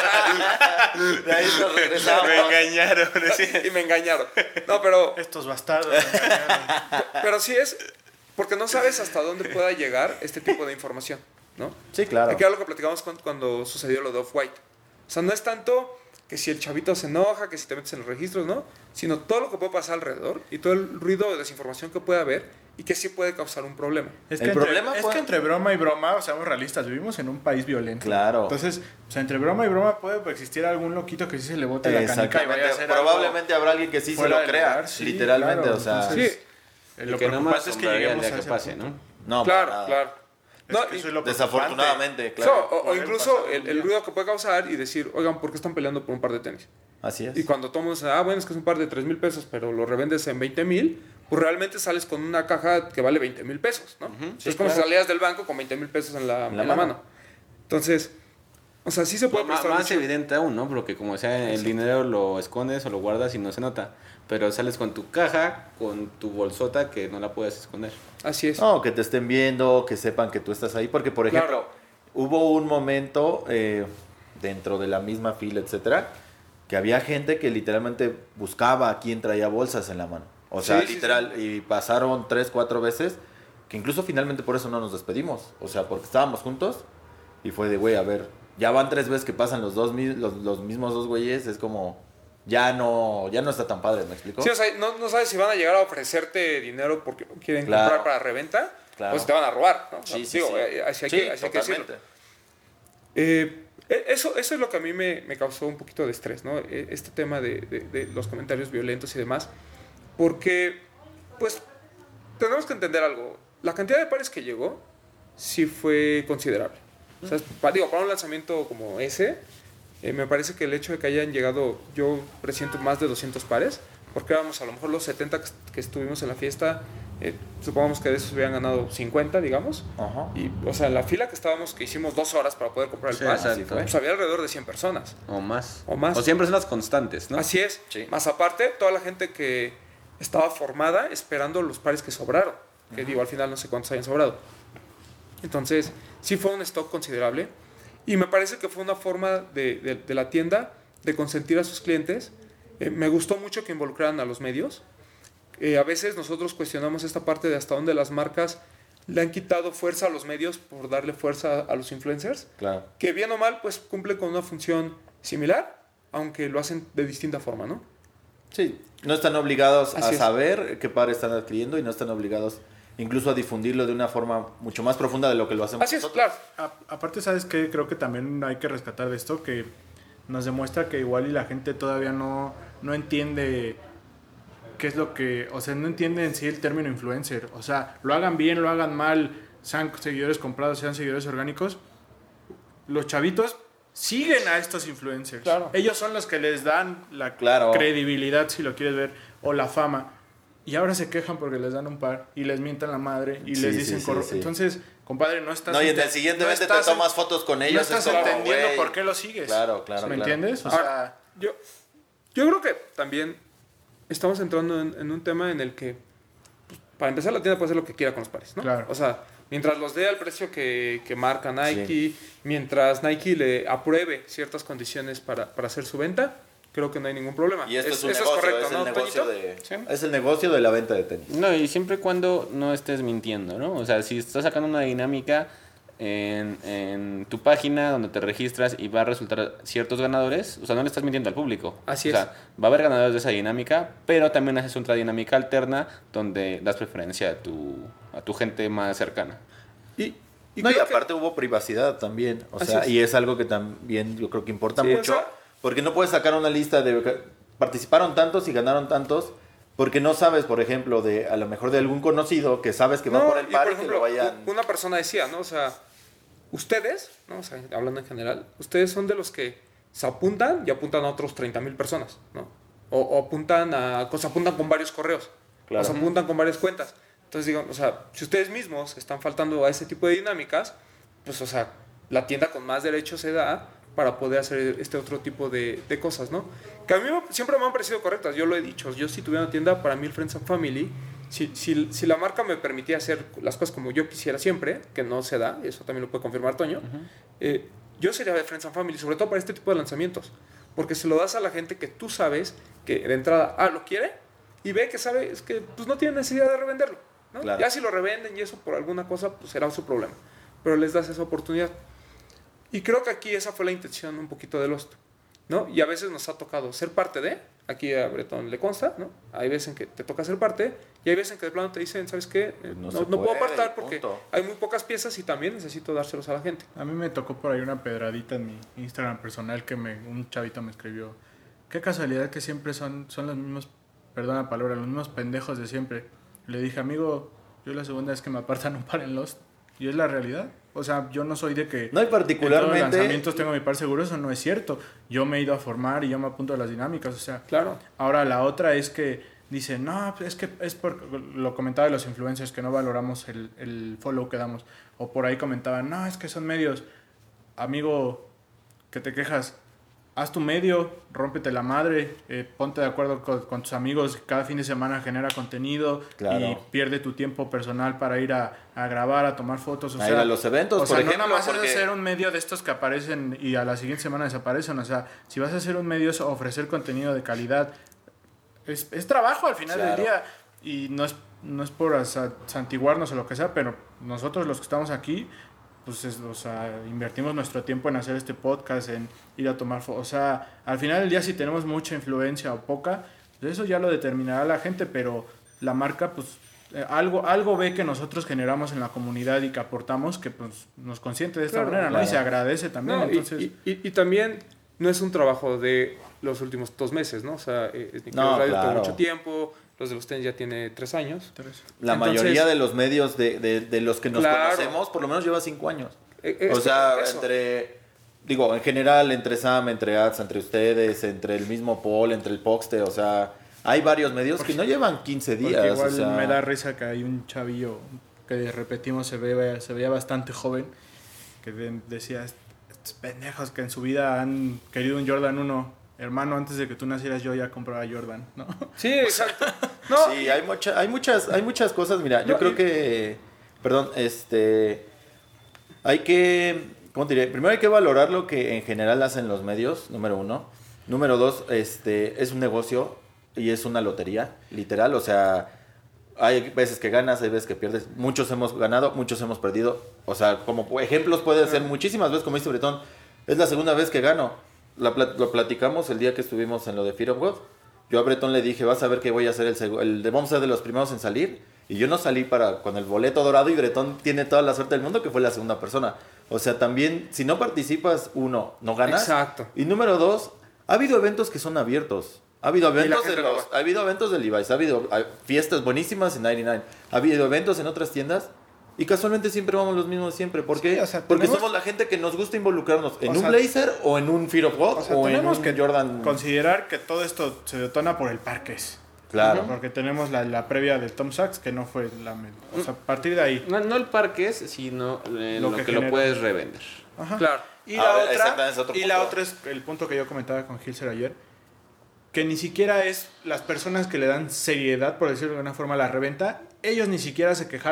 los... De ahí nos regresamos. engañaron. y me engañaron. No, pero... Estos bastardos. me engañaron. Pero sí es porque no sabes hasta dónde pueda llegar este tipo de información, ¿no? Sí, claro. Que era lo que platicamos cuando, cuando sucedió lo de Off-White. O sea, no es tanto que si el chavito se enoja, que si te metes en los registros, ¿no? Sino todo lo que puede pasar alrededor y todo el ruido de desinformación que puede haber y que sí puede causar un problema. Es, El que, entre, problema es fue- que entre broma y broma, o seamos realistas, vivimos en un país violento. Claro. Entonces, o sea, entre broma y broma puede existir algún loquito que sí se le bote la canica y vaya a Exactamente. hacer Probablemente habrá alguien que sí se fuera lo del crea. lugar, sí, literalmente, claro. o sea. Entonces, Sí, Eh, Y Lo que no me preocupante es que asombraría el lleguemos día a que ese pase, punto. ¿no? No, claro, para nada. claro. Es No, que y- eso es lo Desafortunadamente, so, claro. o, o Puede incluso pasar el, un el día. ruido que puede causar y decir, oigan, ¿por qué están peleando por un par de tenis? Así es. Y cuando tomas, ah, bueno, es que es un par de tres mil pesos, pero lo revendes en veinte mil, pues realmente sales con una caja que vale veinte mil pesos, ¿no? sí, es como claro. si salías del banco con veinte mil pesos en la, En la en la mano. mano. Entonces, o sea, sí se puede Pues más, prestar más mucho- evidente aún, ¿no? Porque como sea, el dinero lo escondes o lo guardas y no se nota. Pero sales con tu caja, con tu bolsota que no la puedes esconder. Así es. No, que te estén viendo, que sepan que tú estás ahí. Porque, por ejemplo, Claro. hubo un momento eh, dentro de la misma fila, etcétera, que había gente que literalmente buscaba a quién traía bolsas en la mano. O sea, Sí, sí, literal, y pasaron tres, cuatro veces, que incluso finalmente por eso no nos despedimos. O sea, porque estábamos juntos y fue de, güey, a ver, ya van tres veces que pasan los dos mi- los, los mismos dos güeyes, es como, ya no, ya no está tan padre, ¿me explico? Sí, o sea, no, no sabes si van a llegar a ofrecerte dinero porque quieren Claro. comprar para reventa Claro. o si te van a robar, ¿no? Sí, sí, Digo, sí. eh, así hay, Sí, que, así hay que decirlo. totalmente. Eh, e- eso, eso es lo que a mí me, me causó un poquito de estrés, ¿no? E- Este tema de, de- de los comentarios violentos y demás. Porque, pues, tenemos que entender algo. La cantidad de pares que llegó sí fue considerable. O sea, pa- digo, para un lanzamiento como ese, eh, me parece que el hecho de que hayan llegado, yo presiento más de doscientos pares, porque éramos a lo mejor los setenta que, que estuvimos en la fiesta, eh, supongamos que de esos hubieran ganado cincuenta, digamos. Ajá. Y, o sea, la fila que estábamos, que hicimos dos horas para poder comprar el Sí, pan, exacto. pues había alrededor de cien personas. O más. O más. O siempre son las constantes, ¿no? Así es. Sí. Más aparte, toda la gente que estaba formada esperando los pares que sobraron. Que digo, al final no sé cuántos hayan sobrado. Entonces, sí fue un stock considerable. Y me parece que fue una forma de, de- de la tienda de consentir a sus clientes. Eh, me gustó mucho que involucraran a los medios. Eh, a veces nosotros cuestionamos esta parte de hasta dónde las marcas le han quitado fuerza a los medios por darle fuerza a los influencers. Claro. Que bien o mal, pues cumplen con una función similar, aunque lo hacen de distinta forma, ¿no? Sí, no están obligados Así a es. saber qué par están adquiriendo y no están obligados incluso a difundirlo de una forma mucho más profunda de lo que lo hacemos Así es, nosotros. claro. A- aparte, ¿sabes qué? Creo que también hay que rescatar de esto, que nos demuestra que igual y la gente todavía no, no entiende qué es lo que... O sea, no entiende en sí el término influencer. O sea, lo hagan bien, lo hagan mal, sean seguidores comprados, sean seguidores orgánicos. Los chavitos siguen a estos influencers. Claro. Ellos son los que les dan la Claro. credibilidad, si lo quieres ver, o la fama. Y ahora se quejan porque les dan un par y les mientan la madre y Sí, les sí, dicen sí, corro- sí. Entonces, compadre, no estás... No, y en ente- el siguiente no vez te estás- tomas fotos con ellos. no es estás como, entendiendo güey. por qué lo sigues. Claro, claro, ¿Me claro. entiendes? O Ahora, sea, yo, yo creo que también estamos entrando en, en un tema en el que, pues, para empezar, la tienda puede hacer lo que quiera con los pares, ¿no? Claro. O sea, Mientras los dé al precio que, que marca Nike, Sí. mientras Nike le apruebe ciertas condiciones para, para hacer su venta, creo que no hay ningún problema. Y esto es, un eso negocio, es correcto, es ¿no, el negocio Toñito? de, Sí. es el negocio de la venta de tenis. No, y siempre y cuando no estés mintiendo, ¿no? O sea, si estás sacando una dinámica en, en tu página donde te registras y va a resultar ciertos ganadores, o sea, no le estás mintiendo al público. Así o sea, va a haber ganadores de esa dinámica, pero también haces otra dinámica alterna donde das preferencia a tu, a tu gente más cercana. Y, y no, y creo que- aparte hubo privacidad también. O Así sea, es. y es algo que también yo creo que importa Sí, o mucho. sea- Porque no puedes sacar una lista de participaron tantos y ganaron tantos. Porque no sabes, por ejemplo, de a lo mejor de algún conocido que sabes que va No, por el y par por y que ejemplo, lo vayan. u- una persona decía, ¿no? O sea, ustedes, ¿no? O sea, hablando en general, ustedes son de los que se apuntan y apuntan a otros treinta mil personas, ¿no? O, o apuntan a, o se apuntan con varios correos, Claro. o se apuntan con varias cuentas. Entonces digo, o sea, si ustedes mismos están faltando a ese tipo de dinámicas, pues, o sea, la tienda con más derechos se da para poder hacer este otro tipo de, de cosas, ¿no? Que a mí me- siempre me han parecido correctas, yo lo he dicho, yo si tuviera una tienda, para mí el Friends and Family, si, si, si la marca me permitía hacer las cosas como yo quisiera siempre, que no se da, eso también lo puede confirmar Toño, eh, yo sería de Friends and Family, sobre todo para este tipo de lanzamientos, porque se lo das a la gente que tú sabes que de entrada, ah, lo quiere, y ve que sabe, es que pues no tiene necesidad de revenderlo, ¿no? Claro. Ya si lo revenden y eso por alguna cosa, pues será su problema, pero les das esa oportunidad. Y creo que aquí esa fue la intención un poquito de Lost, ¿no? Y a veces nos ha tocado ser parte de, aquí a Bretón le consta, ¿no? Hay veces en que te toca ser parte y hay veces en que de plano te dicen, ¿sabes qué? Eh, No No, se no puedo puede, apartar y porque punto. hay muy pocas piezas y también necesito dárselos a la gente. A mí me tocó por ahí una pedradita en mi Instagram personal que me, un chavito me escribió. Qué casualidad que siempre son, son los mismos, perdón la palabra, los mismos pendejos de siempre. Le dije, amigo, yo la segunda vez que me apartan un par en Lost. Y es la realidad. O sea, yo no soy de que No, y en todos los particularmente. lanzamientos tengo mi par seguro, eso no es cierto. Yo me he ido a formar y yo me apunto a las dinámicas, o sea, Claro. ahora la otra es que dicen, no, es que es por, lo comentaba de los influencers, que no valoramos el, el follow que damos. O por ahí comentaban, no, es que son medios. Amigo, que te quejas, haz tu medio, rómpete la madre, eh, ponte de acuerdo con, con tus amigos, cada fin de semana genera contenido Claro. y pierde tu tiempo personal para ir a, a grabar, a tomar fotos. O A sea, ir a los eventos, o sea, por no ejemplo, nada más porque- es hacer un medio de estos que aparecen y a la siguiente semana desaparecen. O sea, si vas a hacer un medio es ofrecer contenido de calidad. Es, es trabajo al final Claro. del día y no es, no es por asa- santiguarnos o lo que sea, pero nosotros los que estamos aquí, pues es- o sea, invertimos nuestro tiempo en hacer este podcast, en ir a tomar fotos. O sea, al final del día si tenemos mucha influencia o poca, pues eso ya lo determinará la gente, pero la marca pues eh, algo, algo ve que nosotros generamos en la comunidad y que aportamos que pues nos consiente de esta Claro, manera, ¿no? claro. Y se agradece también, No, y- entonces... y, y- y también no es un trabajo de los últimos dos meses, ¿no? O sea, eh, Sneaker No, Radio claro. tuvo mucho tiempo, los de los tenis ya tiene tres años. La Entonces- mayoría de los medios de, de, de los que nos Claro. conocemos, por lo menos lleva cinco años. Eh, eh, O es sea, que eso. entre, digo, en general, entre Sam, entre Ads, entre ustedes, entre el mismo Paul, entre el Poxte, o sea, hay varios medios que no llevan quince Porque días. igual o sea, me da risa que hay un chavillo que repetimos se ve se veía bastante joven que de- decía estos pendejos que en su vida han querido un Jordan uno, hermano, antes de que tú nacieras yo ya compraba Jordan, ¿no? Sí, exacto. No, Sí, hay, mucha, hay, muchas, hay muchas cosas. Mira, yo No, creo y- que, perdón, este, hay que, ¿cómo te diré? Primero hay que valorar lo que en general hacen los medios, número uno. Número dos, este, es un negocio y es una lotería, literal. O sea, hay veces que ganas, hay veces que pierdes. Muchos hemos ganado, muchos hemos perdido. O sea, como ejemplos puede ser muchísimas veces, como dice Bretón, es la segunda vez que gano. La plat- lo platicamos el día que estuvimos en lo de Fear of God. Yo a Bretón le dije, vas a ver que voy a ser el, seg- el de, vamos a ser de los primeros en salir. Y yo no salí para con el boleto dorado y Bretón tiene toda la suerte del mundo que fue la segunda persona. O sea, también, si no participas, uno, no ganas. Exacto. Y número dos, ha habido eventos que son abiertos. Ha habido eventos de gente no los, va. ha habido eventos de Levi's, ha habido hay fiestas buenísimas en noventa y nueve, ha habido eventos en otras tiendas y casualmente siempre vamos los mismos siempre. ¿Por qué? Sí, o sea, Porque tenemos- somos la gente que nos gusta involucrarnos en O un sea, Blazer o en un Fear of God O sea, o en tenemos un que Jordan. considerar que todo esto se detona por el Parques. Claro. Porque tenemos la, la previa del Tom Sachs que no fue la... me- O sea, a partir de ahí... No, no el parques, sino eh, Lo lo, que que, genera. lo puedes revender. Ajá. Claro. Y Ah, la exactamente, otra, es otro y punto. la otra es el punto que yo comentaba con Gilser ayer, que ni siquiera es las personas que le dan seriedad, por decirlo de alguna forma, a la reventa, ellos ni siquiera se quejaron.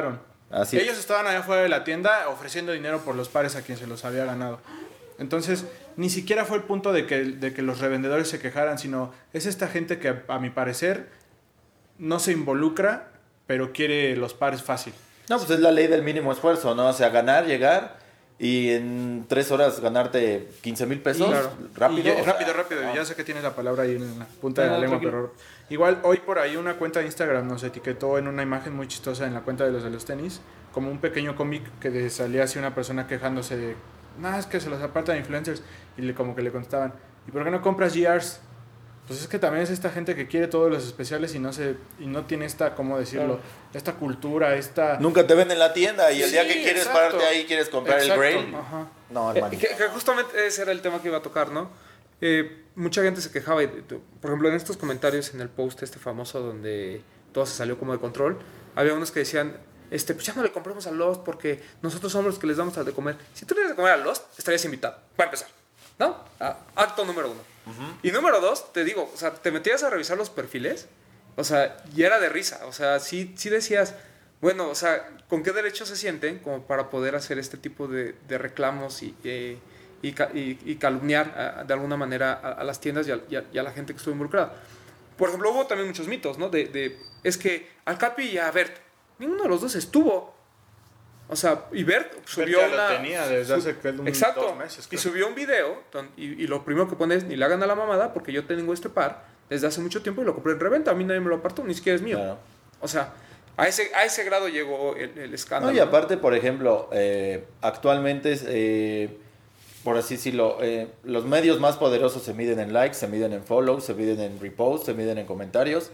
Así Ellos estaban allá afuera de la tienda ofreciendo dinero por los pares a quien se los había ganado. Entonces, ni siquiera fue el punto de que, de que los revendedores se quejaran, sino es esta gente que, a mi parecer, no se involucra, pero quiere los pares fácil. No, pues es la ley del mínimo esfuerzo, ¿no? O sea, ganar, llegar y en tres horas ganarte quince mil pesos. Claro. Rápido. Y ya- o sea, rápido, rápido. no. Ya sé que tienes la palabra ahí en la punta de No, la lengua, tranquilo. pero igual hoy por ahí una cuenta de Instagram nos etiquetó en una imagen muy chistosa en la cuenta de los de los tenis, como un pequeño cómic que de- salía así una persona quejándose de, nada, es que se los apartan influencers, y le, como que le contestaban, ¿y por qué no compras G Rs? Pues es que también es esta gente que quiere todos los especiales y no se y no tiene esta, ¿cómo decirlo? Esta cultura, esta... Nunca te ven en la tienda y el Sí, día que quieres exacto. pararte ahí quieres comprar Exacto, el Grail. ajá. No, Eh, hermano. que, que justamente ese era el tema que iba a tocar, ¿no? Eh, mucha gente se quejaba, y, por ejemplo, en estos comentarios en el post este famoso donde todo se salió como de control, había unos que decían, este, pues ya no le compremos a Lost porque nosotros somos los que les damos al de comer. Si tú le das de comer a Lost, estarías invitado, para empezar, ¿no? A- acto número uno. Y número dos, te digo, o sea, te metías a revisar los perfiles, o sea, y era de risa, o sea, sí, sí decías, bueno, o sea, ¿con qué derecho se sienten como para poder hacer este tipo de, de reclamos y, eh, y, ca- y- y calumniar a- de alguna manera a, a las tiendas y a, y a- y a la gente que estuvo involucrada? Por ejemplo, hubo también muchos mitos, ¿no? De, de, es que al Capi y a Bert, ninguno de los dos estuvo. O sea, y Bert subió ya lo una... tenía desde hace, ¿qué? Un- exacto, dos meses, y creo. subió un video don- y, y lo primero que pone es, ni le hagan a la mamada porque yo tengo este par desde hace mucho tiempo y lo compré en reventa, a mí nadie me lo apartó, ni siquiera es mío. Claro. O sea, a ese, a ese grado llegó el, el escándalo. No, y aparte, por ejemplo, eh, actualmente, eh, por así decirlo, eh, los medios más poderosos se miden en likes, se miden en follows, se miden en reposts, se miden en comentarios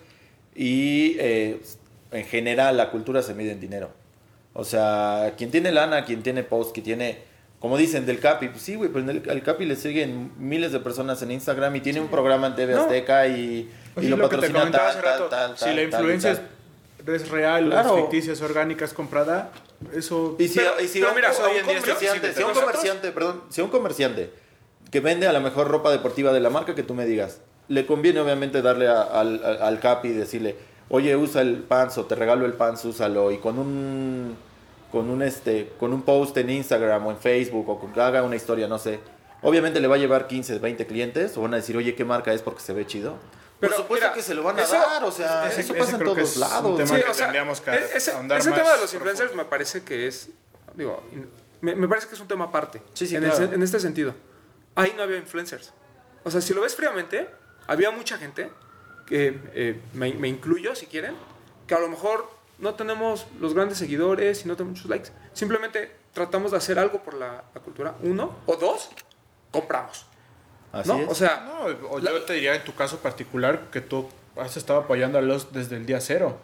y eh, en general la cultura se mide en dinero. O sea, quien tiene lana, quien tiene post, quien tiene, como dicen, del Capi, pues sí, güey, pero el, al Capi le siguen miles de personas en Instagram y tiene un programa en T V No. Azteca y, Pues y sí, lo lo que te patrocina comentaba tal, hace rato, tal, tal, si tal, la tal y influencia tal. es, es real, Claro. es ficticia, es orgánica, es comprada, eso... Y si, Pero- y si pero un, mira, a hoy un en día es comerciante, accesible. si a un Nosotros- comerciante, perdón, si a un comerciante que vende a lo mejor ropa deportiva de la marca que tú me digas, le conviene obviamente darle a- al, al, al Capi y decirle, oye, usa el pants o te regalo el pants, úsalo, y con un con un este con un post en Instagram o en Facebook o con que haga una historia, no sé. Obviamente le va a llevar quince, veinte clientes o van a decir, oye, ¿qué marca es? Porque se ve chido. Pero, Por supuesto mira, que se lo van a eso- dar, o sea, ese- eso ese pasa en creo que todos es un lados. tema Sí, que o sea, tendríamos que e- ese, ahondar ese más tema de los profundo. influencers me parece que es, digo, in- me, me parece que es un tema aparte. Sí, sí, en, claro. ese- en este sentido. Ahí no había influencers. O sea, si lo ves fríamente, había mucha gente, que eh, me, me incluyo si quieren, que a lo mejor no tenemos los grandes seguidores y no tenemos muchos likes. Simplemente tratamos de hacer algo por la, la cultura. Uno, o dos, compramos. Así ¿No? es. O sea, No, o la- yo te diría en tu caso particular que tú has estado apoyando a los desde el día cero.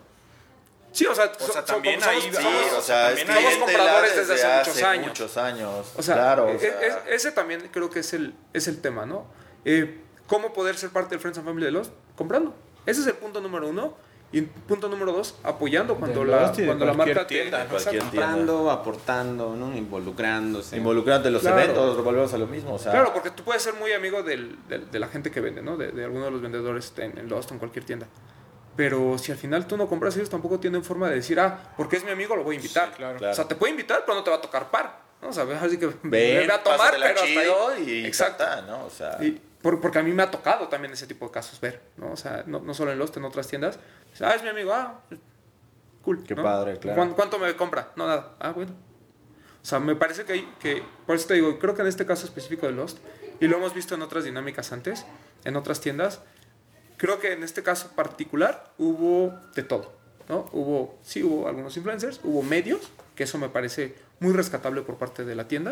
sí, o sea, O sea, so- so- también somos- ahí- somos- Sí, somos- o sea, también es somos cliente compradores la desde hace muchos años. muchos años. O sea, claro, o e- sea, e- ese también creo que es el, es el tema, ¿no? Eh, ¿Cómo poder ser parte del Friends and Family de Lost? Comprando. Ese es el punto número uno. Y punto número dos, apoyando cuando De la, Lost y de cuando la cualquier marca te- tienda, Exacto. cualquier tienda. Comprando, aportando, ¿no? Involucrándose. involucrante en los Claro. eventos, volvemos a lo mismo. O sea, Claro, porque tú puedes ser muy amigo del, del- de la gente que vende, ¿no? De, de alguno de los vendedores en, en Lost o en cualquier tienda. Pero si al final tú no compras, ellos tampoco tienen forma de decir, ah, porque es mi amigo, lo voy a invitar. Sí, claro. Claro. O sea, te puede invitar, pero no te va a tocar par. ¿No? O sea, así que ven, me voy a tomar, pásatela pero hasta chido ahí. y Exacto. ta, ta, ¿no? O sea, Y por- porque a mí me ha tocado también ese tipo de casos ver, ¿no? O sea, no, no solo en Lost, en otras tiendas. Ah, es mi amigo, ah, cool. Qué ¿no? padre, claro. ¿Cuán- ¿Cuánto me compra? No, nada. Ah, bueno. O sea, me parece que, hay, que, por eso te digo, creo que en este caso específico de Lost, y lo hemos visto en otras dinámicas antes, en otras tiendas, creo que en este caso particular hubo de todo, ¿no? Hubo, sí, hubo algunos influencers, hubo medios, que eso me parece muy rescatable por parte de la tienda,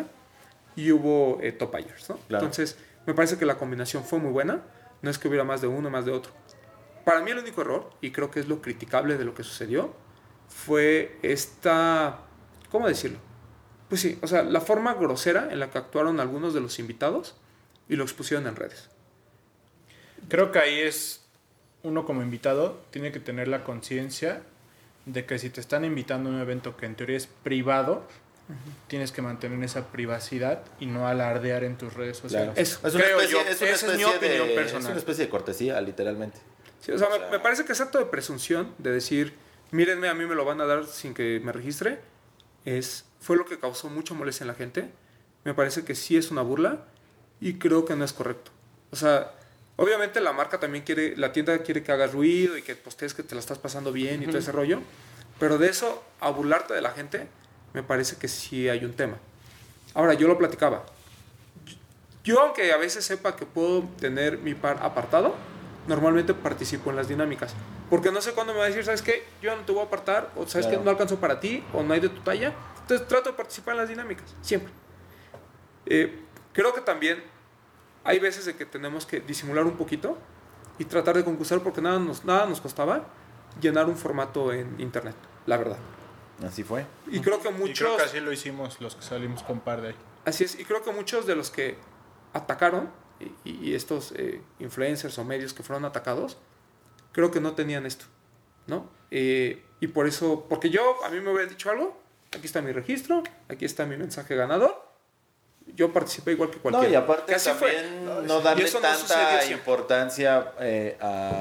y hubo eh, top buyers, ¿no? Claro. Entonces, me parece que la combinación fue muy buena, no es que hubiera más de uno, más de otro. Para mí el único error, y creo que es lo criticable de lo que sucedió, fue esta, ¿cómo decirlo? Pues sí, o sea, la forma grosera en la que actuaron algunos de los invitados y lo expusieron en redes. Creo que ahí es uno como invitado tiene que tener la conciencia de que si te están invitando a un evento que en teoría es privado, tienes que mantener esa privacidad y no alardear en tus redes sociales. claro. Eso, es una creo especie, yo. es una Esa es mi especie opinión de, personal. es una especie de cortesía, literalmente. Sí, o sea, O me, sea- me parece que es acto de presunción de decir, mírenme, a mí me lo van a dar sin que me registre. es, fue lo que causó mucha molestia en la gente. Me parece que sí es una burla y creo que no es correcto. O sea, obviamente la marca también quiere, la tienda quiere que hagas ruido y que postees que te la estás pasando bien y uh-huh. todo ese rollo. Pero de eso a burlarte de la gente, me parece que sí hay un tema. Ahora, yo lo platicaba. Yo, aunque a veces sepa que puedo tener mi par apartado, normalmente participo en las dinámicas. Porque no sé cuándo me va a decir, ¿sabes qué? Yo no te voy a apartar, o ¿sabes claro. qué? No alcanzo para ti, o no hay de tu talla. Entonces trato de participar en las dinámicas, siempre. Eh, creo que también hay veces de que tenemos que disimular un poquito y tratar de concursar porque nada nos, nada nos costaba llenar un formato en internet, la verdad. Así fue. Y creo que muchos... Y creo que así lo hicimos los que salimos con par de ahí. Así es, y creo que muchos de los que atacaron, y, y estos eh, influencers o medios que fueron atacados, creo que no tenían esto, ¿no? Eh, y por eso, porque yo, a mí me hubiera dicho algo, aquí está mi registro, aquí está mi mensaje ganador, yo participé igual que cualquiera. No, y aparte que también fue. no darle no tanta importancia eh, a,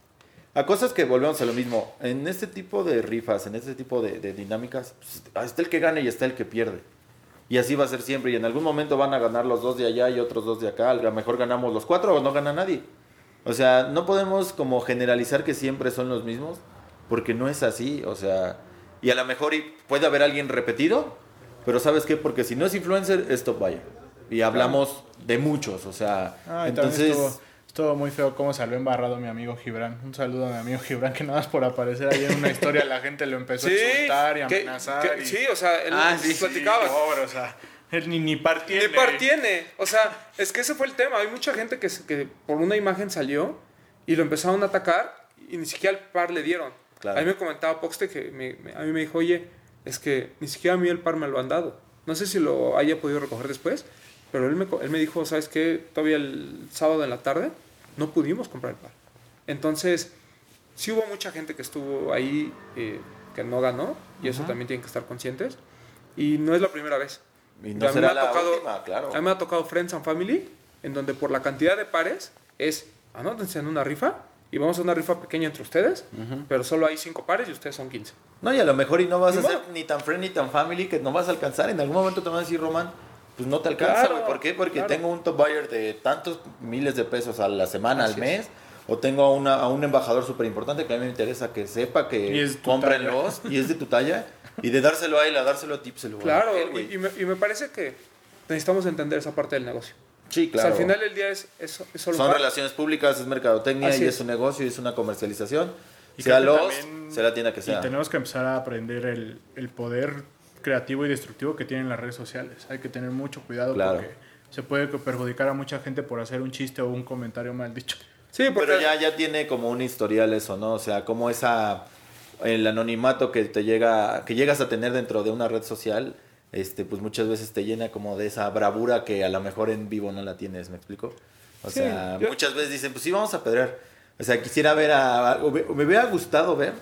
a cosas que volvemos a lo mismo. En este tipo de rifas, en este tipo de, de dinámicas, pues, está el que gana y está el que pierde. Y así va a ser siempre. Y en algún momento van a ganar los dos de allá y otros dos de acá. A lo mejor ganamos los cuatro o no gana nadie. O sea, no podemos como generalizar que siempre son los mismos, porque no es así. O sea, y a lo mejor puede haber alguien repetido, pero ¿sabes qué? Porque si no es influencer, es top buyer. Y hablamos de muchos, o sea, ah, entonces... Estuvo, estuvo muy feo cómo salió embarrado mi amigo Gibran. Un saludo a mi amigo Gibran, que nada más por aparecer ahí en una historia la gente lo empezó sí, a insultar y a que, amenazar. Que, y... Sí, o sea, él ah, sí, platicaba. Sí, pobre, o sea, él ni, ni par tiene. Ni par tiene. O sea, es que ese fue el tema. Hay mucha gente que, que por una imagen salió y lo empezaron a atacar y ni siquiera al par le dieron. Claro. A mí me comentaba Poxte que me, me, a mí me dijo, oye, es que ni siquiera a mí el par me lo han dado. No sé si lo haya podido recoger después, pero él me, él me dijo, ¿sabes qué? Todavía el sábado en la tarde no pudimos comprar el par. Entonces, sí hubo mucha gente que estuvo ahí eh, que no ganó, y eso uh-huh. también tienen que estar conscientes. Y no es la primera vez. Y no será la tocado, última, claro. A mí me ha tocado Friends and Family, en donde por la cantidad de pares es, anótense en una rifa, y vamos a una rifa pequeña entre ustedes, uh-huh. pero solo hay cinco pares y ustedes son quince. No, y a lo mejor y no vas a ser ni tan friend ni tan family que no vas a alcanzar. En algún momento te van a decir, Román, pues no te alcanza, güey. Claro, ¿por qué? Porque claro. tengo un top buyer de tantos miles de pesos a la semana, Así al mes. Es. O tengo a, una, a un embajador súper importante que a mí me interesa que sepa que cómprenlos y es de tu talla. Y de dárselo a él, a dárselo a tipselo. Claro, él, y, y, me, y me parece que necesitamos entender esa parte del negocio. Sí, claro. O sea, al final del día es, es, es solo Son par. relaciones públicas, es mercadotecnia Así y es. es un negocio y es una comercialización. Y sea los, sea la tienda que sea. Y tenemos que empezar a aprender el, el poder creativo y destructivo que tienen las redes sociales. Hay que tener mucho cuidado claro. porque se puede perjudicar a mucha gente por hacer un chiste o un comentario mal dicho. Sí, porque... pero ya, ya tiene como un historial eso, ¿no? O sea, como esa el anonimato que te llega, que llegas a tener dentro de una red social, este, pues muchas veces te llena como de esa bravura que a lo mejor en vivo no la tienes, ¿me explico? O sí, sea, yo... muchas veces dicen, pues sí, vamos a pedrear. O sea, quisiera ver a... O me, me hubiera gustado ver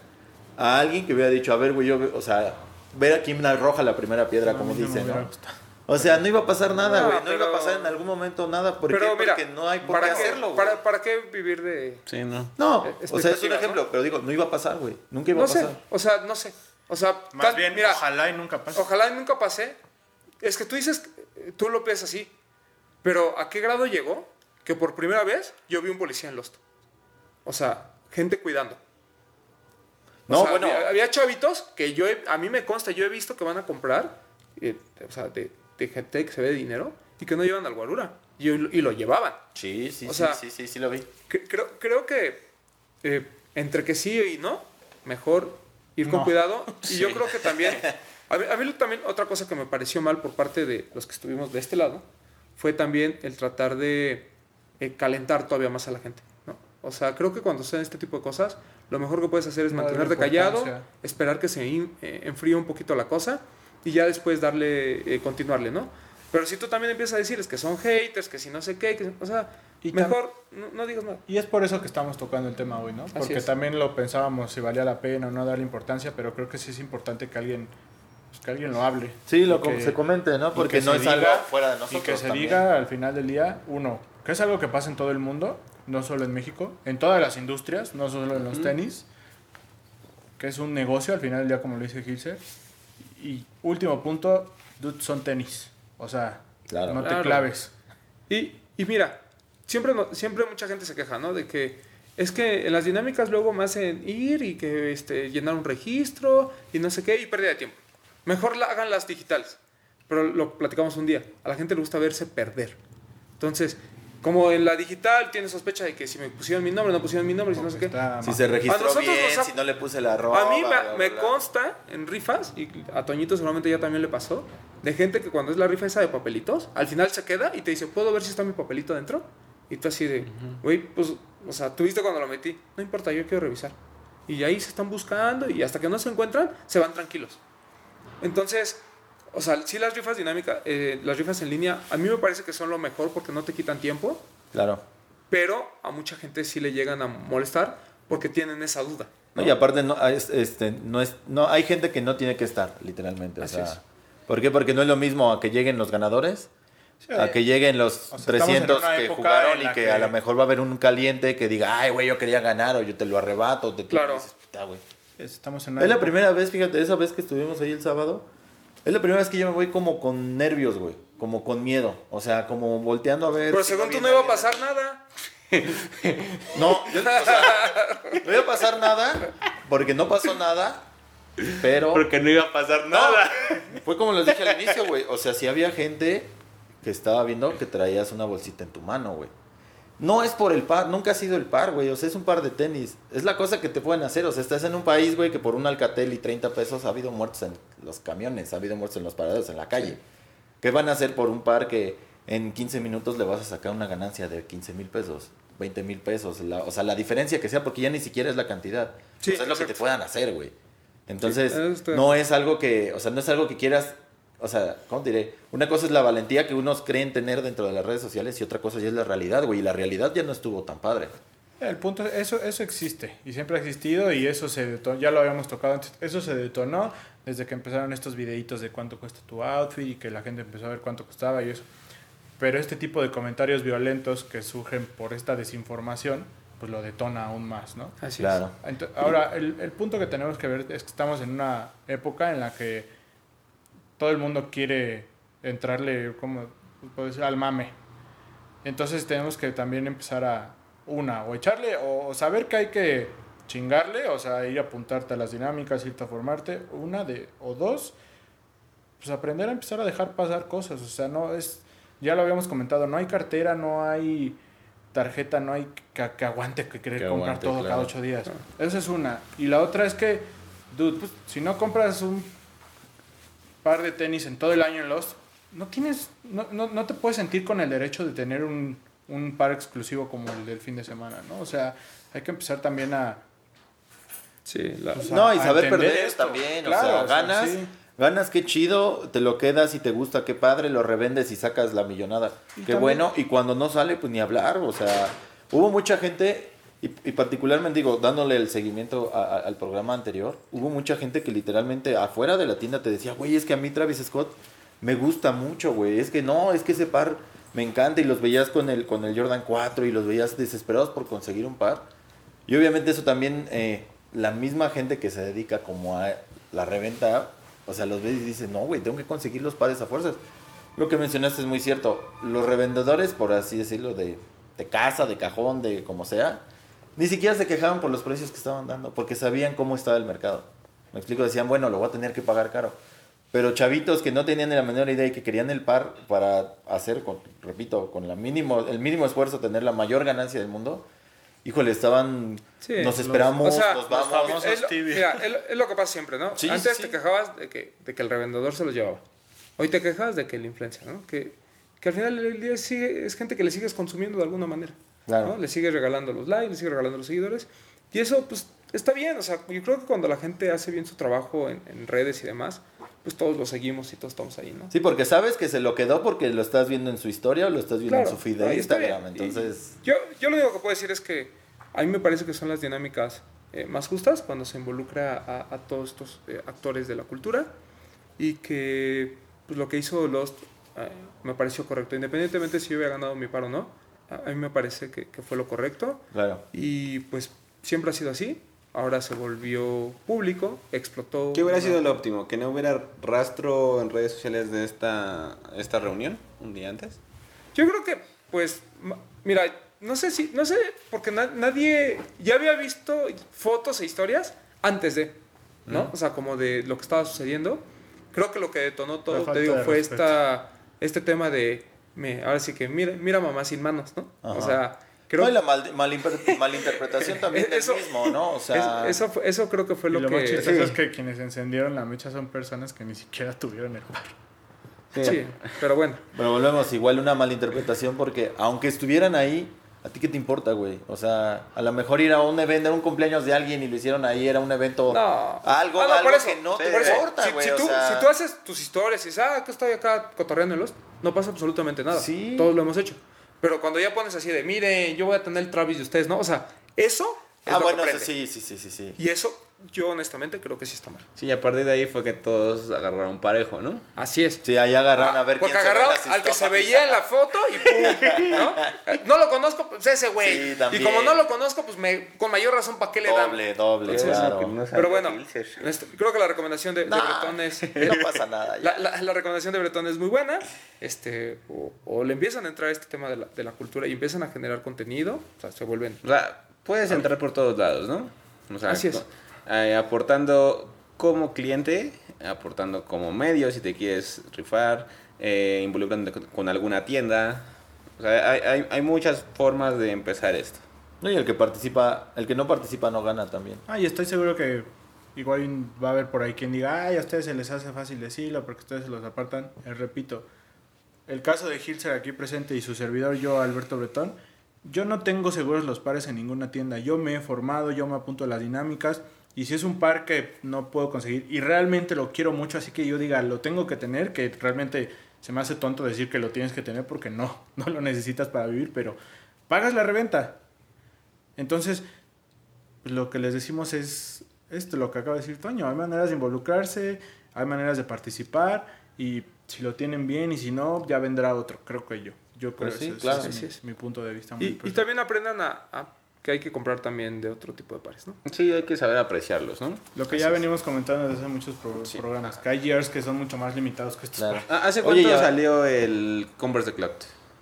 a alguien que hubiera dicho, a ver, güey, yo... O sea, ver a quién arroja la primera piedra, no, como no dicen, ¿no? O sea, no iba a pasar nada, güey. No, no pero... iba a pasar en algún momento nada. ¿Por pero qué? Mira, porque no hay por qué hacerlo, güey. Para, ¿Para qué vivir de...? Sí, no. No, o sea, es un ejemplo, ¿no? Pero digo, no iba a pasar, güey. Nunca iba no a pasar. Sé, o sea, no sé. O sea, más tal, bien, mira, ojalá y nunca pase. Ojalá y nunca pase. Es que tú dices, tú lo ves así. Pero ¿a qué grado llegó? Que por primera vez yo vi un policía en Lost. O sea, gente cuidando. O no, sea, bueno. Había, había chavitos que yo, he, a mí me consta, yo he visto que van a comprar, eh, o sea, de, de gente que se ve de dinero y que no llevan al guarura. Y, y lo llevaban. Sí, sí, o sí, sea, sí, sí, sí, lo vi. Que, creo, creo que eh, entre que sí y no, mejor ir no. con cuidado. Y sí. yo creo que también, a mí, a mí también otra cosa que me pareció mal por parte de los que estuvimos de este lado, fue también el tratar de eh, calentar todavía más a la gente, ¿no? O sea, creo que cuando sean este tipo de cosas, lo mejor que puedes hacer es no mantenerte callado, esperar que se in, eh, enfríe un poquito la cosa y ya después darle, eh, continuarle, ¿no? Pero si tú también empiezas a decirles que son haters, que si no sé qué, que, o sea, y mejor no, no digas nada. Y es por eso que estamos tocando el tema hoy, ¿no? Porque también lo pensábamos si valía la pena o no darle importancia, pero creo que sí es importante que alguien, pues, que alguien lo hable. Sí, lo que, se comente, ¿no? Porque no es diga, algo fuera de nosotros. Y que se también. diga al final del día, uno, que es algo que pasa en todo el mundo, no solo en México, en todas las industrias, no solo en los uh-huh. tenis, que es un negocio al final del día, como lo dice Gilser. y último punto, dude, son tenis. O sea, Claro. no te Claro. claves. Y, y mira, siempre, no- siempre mucha gente se queja, ¿no? De que es que en las dinámicas luego me hacen ir y que este, llenar un registro y no sé qué y pérdida de tiempo. Mejor la, hagan las digitales. Pero lo platicamos un día. A la gente le gusta verse perder. Entonces, como en la digital tiene sospecha de que si me pusieron mi nombre, no pusieron mi nombre, si no sé qué. Está Si mal. se A registró nosotros bien, nos ha- si no le puse la ropa. A mí me, bla, me bla. consta en rifas, y a Toñito seguramente ya también le pasó, de gente que cuando es la rifa esa de papelitos, al final se queda y te dice, ¿puedo ver si está mi papelito dentro? Y tú así de, güey, pues, o sea, tú viste cuando lo metí, no importa, yo quiero revisar. Y ahí se están buscando y hasta que no se encuentran, se van tranquilos. Entonces, o sea, sí las rifas dinámicas, eh, las rifas en línea, a mí me parece que son lo mejor porque no te quitan tiempo, Claro. pero a mucha gente sí le llegan a molestar porque tienen esa duda. No, y aparte, no, es- este, no es, no, hay gente que no tiene que estar, literalmente. O Así sea, es. ¿por qué? Porque no es lo mismo a que lleguen los ganadores, Sí, a que lleguen los o sea, estamos trescientos en una que época jugaron en y la que, que- a lo mejor va a haber un caliente que diga, ay, güey, yo quería ganar, o yo te lo arrebato. Te Claro. y dices, "Puta, güey". Estamos en una Es la época- primera vez, fíjate, esa vez que estuvimos ahí el sábado, es la primera vez que yo me voy como con nervios, güey, como con miedo, o sea, como volteando a ver. Pero si según tú viene no iba a alguien. pasar nada. No, yo, o sea, no iba a pasar nada, porque no pasó nada, pero Porque no iba a pasar nada. fue como les dije al inicio, güey, o sea, si había gente que estaba viendo que traías una bolsita en tu mano, güey. No es por el par, nunca ha sido el par, güey, o sea, es un par de tenis. Es la cosa que te pueden hacer, o sea, estás en un país, güey, que por un Alcatel y treinta pesos ha habido muertos en los camiones, ha habido muertos en los paraderos, en la calle. ¿Qué van a hacer por un par que en quince minutos le vas a sacar una ganancia de quince mil pesos, veinte mil pesos? La- o sea, la diferencia que sea, porque ya ni siquiera es la cantidad. Sí, o sea, es lo que te exacto. puedan hacer, güey. Entonces, Sí, eso está- no es algo que, o sea, no es algo que quieras, o sea, ¿cómo te diré? Una cosa es la valentía que unos creen tener dentro de las redes sociales y otra cosa ya es la realidad, güey. Y la realidad ya no estuvo tan padre. El punto es, eso, eso existe y siempre ha existido y eso se detonó, ya lo habíamos tocado antes, eso se detonó desde que empezaron estos videitos de cuánto cuesta tu outfit y que la gente empezó a ver cuánto costaba y eso. Pero este tipo de comentarios violentos que surgen por esta desinformación, pues lo detona aún más, ¿no? Así Claro. Ento- Ahora, el, el punto que tenemos que ver es que estamos en una época en la que todo el mundo quiere entrarle, ¿cómo puedo decir?, al mame. Entonces tenemos que también empezar a, una, o echarle, o saber que hay que chingarle, o sea, ir a apuntarte a las dinámicas, irte a formarte, una de, o dos, pues aprender a empezar a dejar pasar cosas, o sea, no es, ya lo habíamos comentado, no hay cartera, no hay tarjeta, no hay que, que aguante que querer Que comprar aguante, todo claro. cada ocho días. Esa es una. Y la otra es que, dude, pues, si no compras un par de tenis en todo el año en Lost, no tienes, no, no, no te puedes sentir con el derecho de tener un, un par exclusivo como el del fin de semana, ¿no? O sea, hay que empezar también a... Sí, la- pues, No, a- y a saber entender perder esto. también, Claro, o sea, o sea, ganas, sí. ganas, qué chido, te lo quedas y te gusta, qué padre, lo revendes y sacas la millonada. Y Qué también- bueno, y cuando no sale, pues ni hablar, o sea, hubo mucha gente, y, y particularmente digo, dándole el seguimiento a- a- al programa anterior, hubo mucha gente que literalmente afuera de la tienda te decía, güey, es que a mí Travis Scott me gusta mucho, güey, es que no, es que ese par me encanta, y los veías con el, con el Jordan cuatro y los veías desesperados por conseguir un par. Y obviamente eso también, eh, la misma gente que se dedica como a la reventa, o sea, los ves y dices, no, güey, tengo que conseguir los pares a fuerzas. Lo que mencionaste es muy cierto. Los revendedores, por así decirlo, de, de casa, de cajón, de como sea, ni siquiera se quejaban por los precios que estaban dando, porque sabían cómo estaba el mercado. Me explico, decían, bueno, lo voy a tener que pagar caro. Pero chavitos que no tenían ni la menor idea y que querían el par para hacer, con, repito, con la mínimo, el mínimo esfuerzo, tener la mayor ganancia del mundo, híjole, estaban, Sí, nos los- esperamos, o sea, nos los vamos. famosos es, lo, tibia. mira, es, lo, es lo que pasa siempre, ¿no? Sí, Antes sí, te sí. quejabas de que, de que el revendedor se los llevaba. Hoy te quejas de que el influencer, ¿no? Que, que al final del día sigue, es gente que le sigues consumiendo de alguna manera. Claro. ¿no? Le sigues regalando los likes, le sigues regalando los seguidores. Y eso, pues, está bien. O sea, yo creo que cuando la gente hace bien su trabajo en, en redes y demás, pues todos lo seguimos y todos estamos ahí, ¿no? Sí, porque sabes que se lo quedó porque lo estás viendo en su historia o lo estás viendo Claro, en su feed de ahí está Instagram. bien. Entonces, Y Yo, yo lo único que puedo decir es que a mí me parece que son las dinámicas eh, más justas cuando se involucra a, a todos estos eh, actores de la cultura y que pues, lo que hizo Lost eh, me pareció correcto. Independientemente si yo había ganado mi par o no, a, a mí me parece que, que fue lo correcto claro. y pues siempre ha sido así ahora se volvió público, explotó. ¿Qué hubiera una- sido lo óptimo? ¿Que no hubiera rastro en redes sociales de esta, esta reunión un día antes? Yo creo que, pues, ma- mira, no sé si, no sé, porque na- nadie ya había visto fotos e historias antes de, ¿no? Mm. O sea, como de lo que estaba sucediendo. Creo que lo que detonó La todo, falta te digo, de fue respeto. esta, este tema de, me, ahora sí que, mira, mira mamá sin manos, ¿no? Ajá. O sea, creo No, y la mal- malinter- malinterpretación también del Eso- mismo, ¿no? O sea, es- eso, fue- eso creo que fue Y lo, lo más que... chistoso sí. es que quienes encendieron la mecha son personas que ni siquiera tuvieron el bar. Sí, pero bueno. pero volvemos, igual una malinterpretación porque aunque estuvieran ahí, ¿a ti qué te importa, güey? O sea, a lo mejor ir a un evento, era un cumpleaños de alguien y lo hicieron ahí, era un evento, No. algo, Ah, no, algo por eso, que no sí, te por eso. importa, Si- güey. si, o tú, sea, si tú haces tus historias y dices, ah, que estoy acá cotorreándolos, no pasa absolutamente nada. Sí. Todos lo hemos hecho. Pero cuando ya pones así de, miren, yo voy a tener el Travis de ustedes, ¿no? O sea, eso es Ah, lo bueno, que eso prende. sí, sí, sí, sí, sí. Y eso, yo honestamente creo que sí está mal. Sí, y a partir de ahí fue que todos agarraron parejo, ¿no? Así es. Sí, ahí agarraron a ver Porque quién se ve agarraron las al que se historias. veía en la foto y pum, ¿no? No lo conozco, pues ese güey. Sí, y también. como no lo conozco, pues me, con mayor razón, ¿para qué le dan? Doble, doble, Entonces, claro. Pero bueno, este, creo que la recomendación de, de Nah, Bretón es... no pasa nada. ya. La, la- la recomendación de Bretón es muy buena. Este, o, o le empiezan a entrar a este tema de la, de la cultura y empiezan a generar contenido. O sea, se vuelven... O sea, puedes entrar por todos lados, ¿no? O sea, Así es. co- eh, aportando como cliente, aportando como medio si te quieres rifar, eh, involucrándote con, con alguna tienda. O sea, hay, hay, hay muchas formas de empezar esto. No, y el que participa, el que no participa no gana también. Ah, y estoy seguro que igual va a haber por ahí quien diga, ay, a ustedes se les hace fácil decirlo porque ustedes se los apartan. Eh, repito, el caso de Hilser aquí presente y su servidor, yo, Alberto Bretón, yo no tengo seguros los pares en ninguna tienda. Yo me he formado, yo me apunto a las dinámicas. Y si es un par que no puedo conseguir y realmente lo quiero mucho, así que yo diga, lo tengo que tener, que realmente se me hace tonto decir que lo tienes que tener porque no, no lo necesitas para vivir, pero pagas la reventa. Entonces, pues lo que les decimos es esto, lo que acaba de decir Toño. Hay maneras de involucrarse, hay maneras de participar y si lo tienen bien y si no, ya vendrá otro, creo que yo. Yo creo Pues que sí, ese claro. es Así mi, es. mi punto de vista. Muy Y, y personal. también aprendan a, a que hay que comprar también de otro tipo de pares, ¿no? Sí, hay que saber apreciarlos, ¿no? Lo que ya venimos comentando desde hace muchos pro- Sí. programas, que hay years que son mucho más limitados que estos. Claro. Ah, ¿hace Oye, cuánto ya- salió el Converse de Cloud?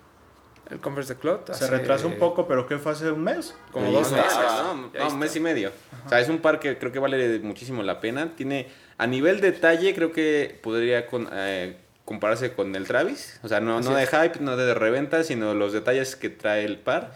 El Converse de Cloud. Se hace retrasó un poco, pero ¿qué fue hace un mes? Como Ahí dos está. meses. Ah, no, Y ahí no, un mes está. y medio. O sea, es un par que creo que vale muchísimo la pena. Tiene, a nivel detalle, creo que podría con, eh, compararse con el Travis. O sea, no, Así no de es. hype, no de reventa, sino los detalles que trae el par.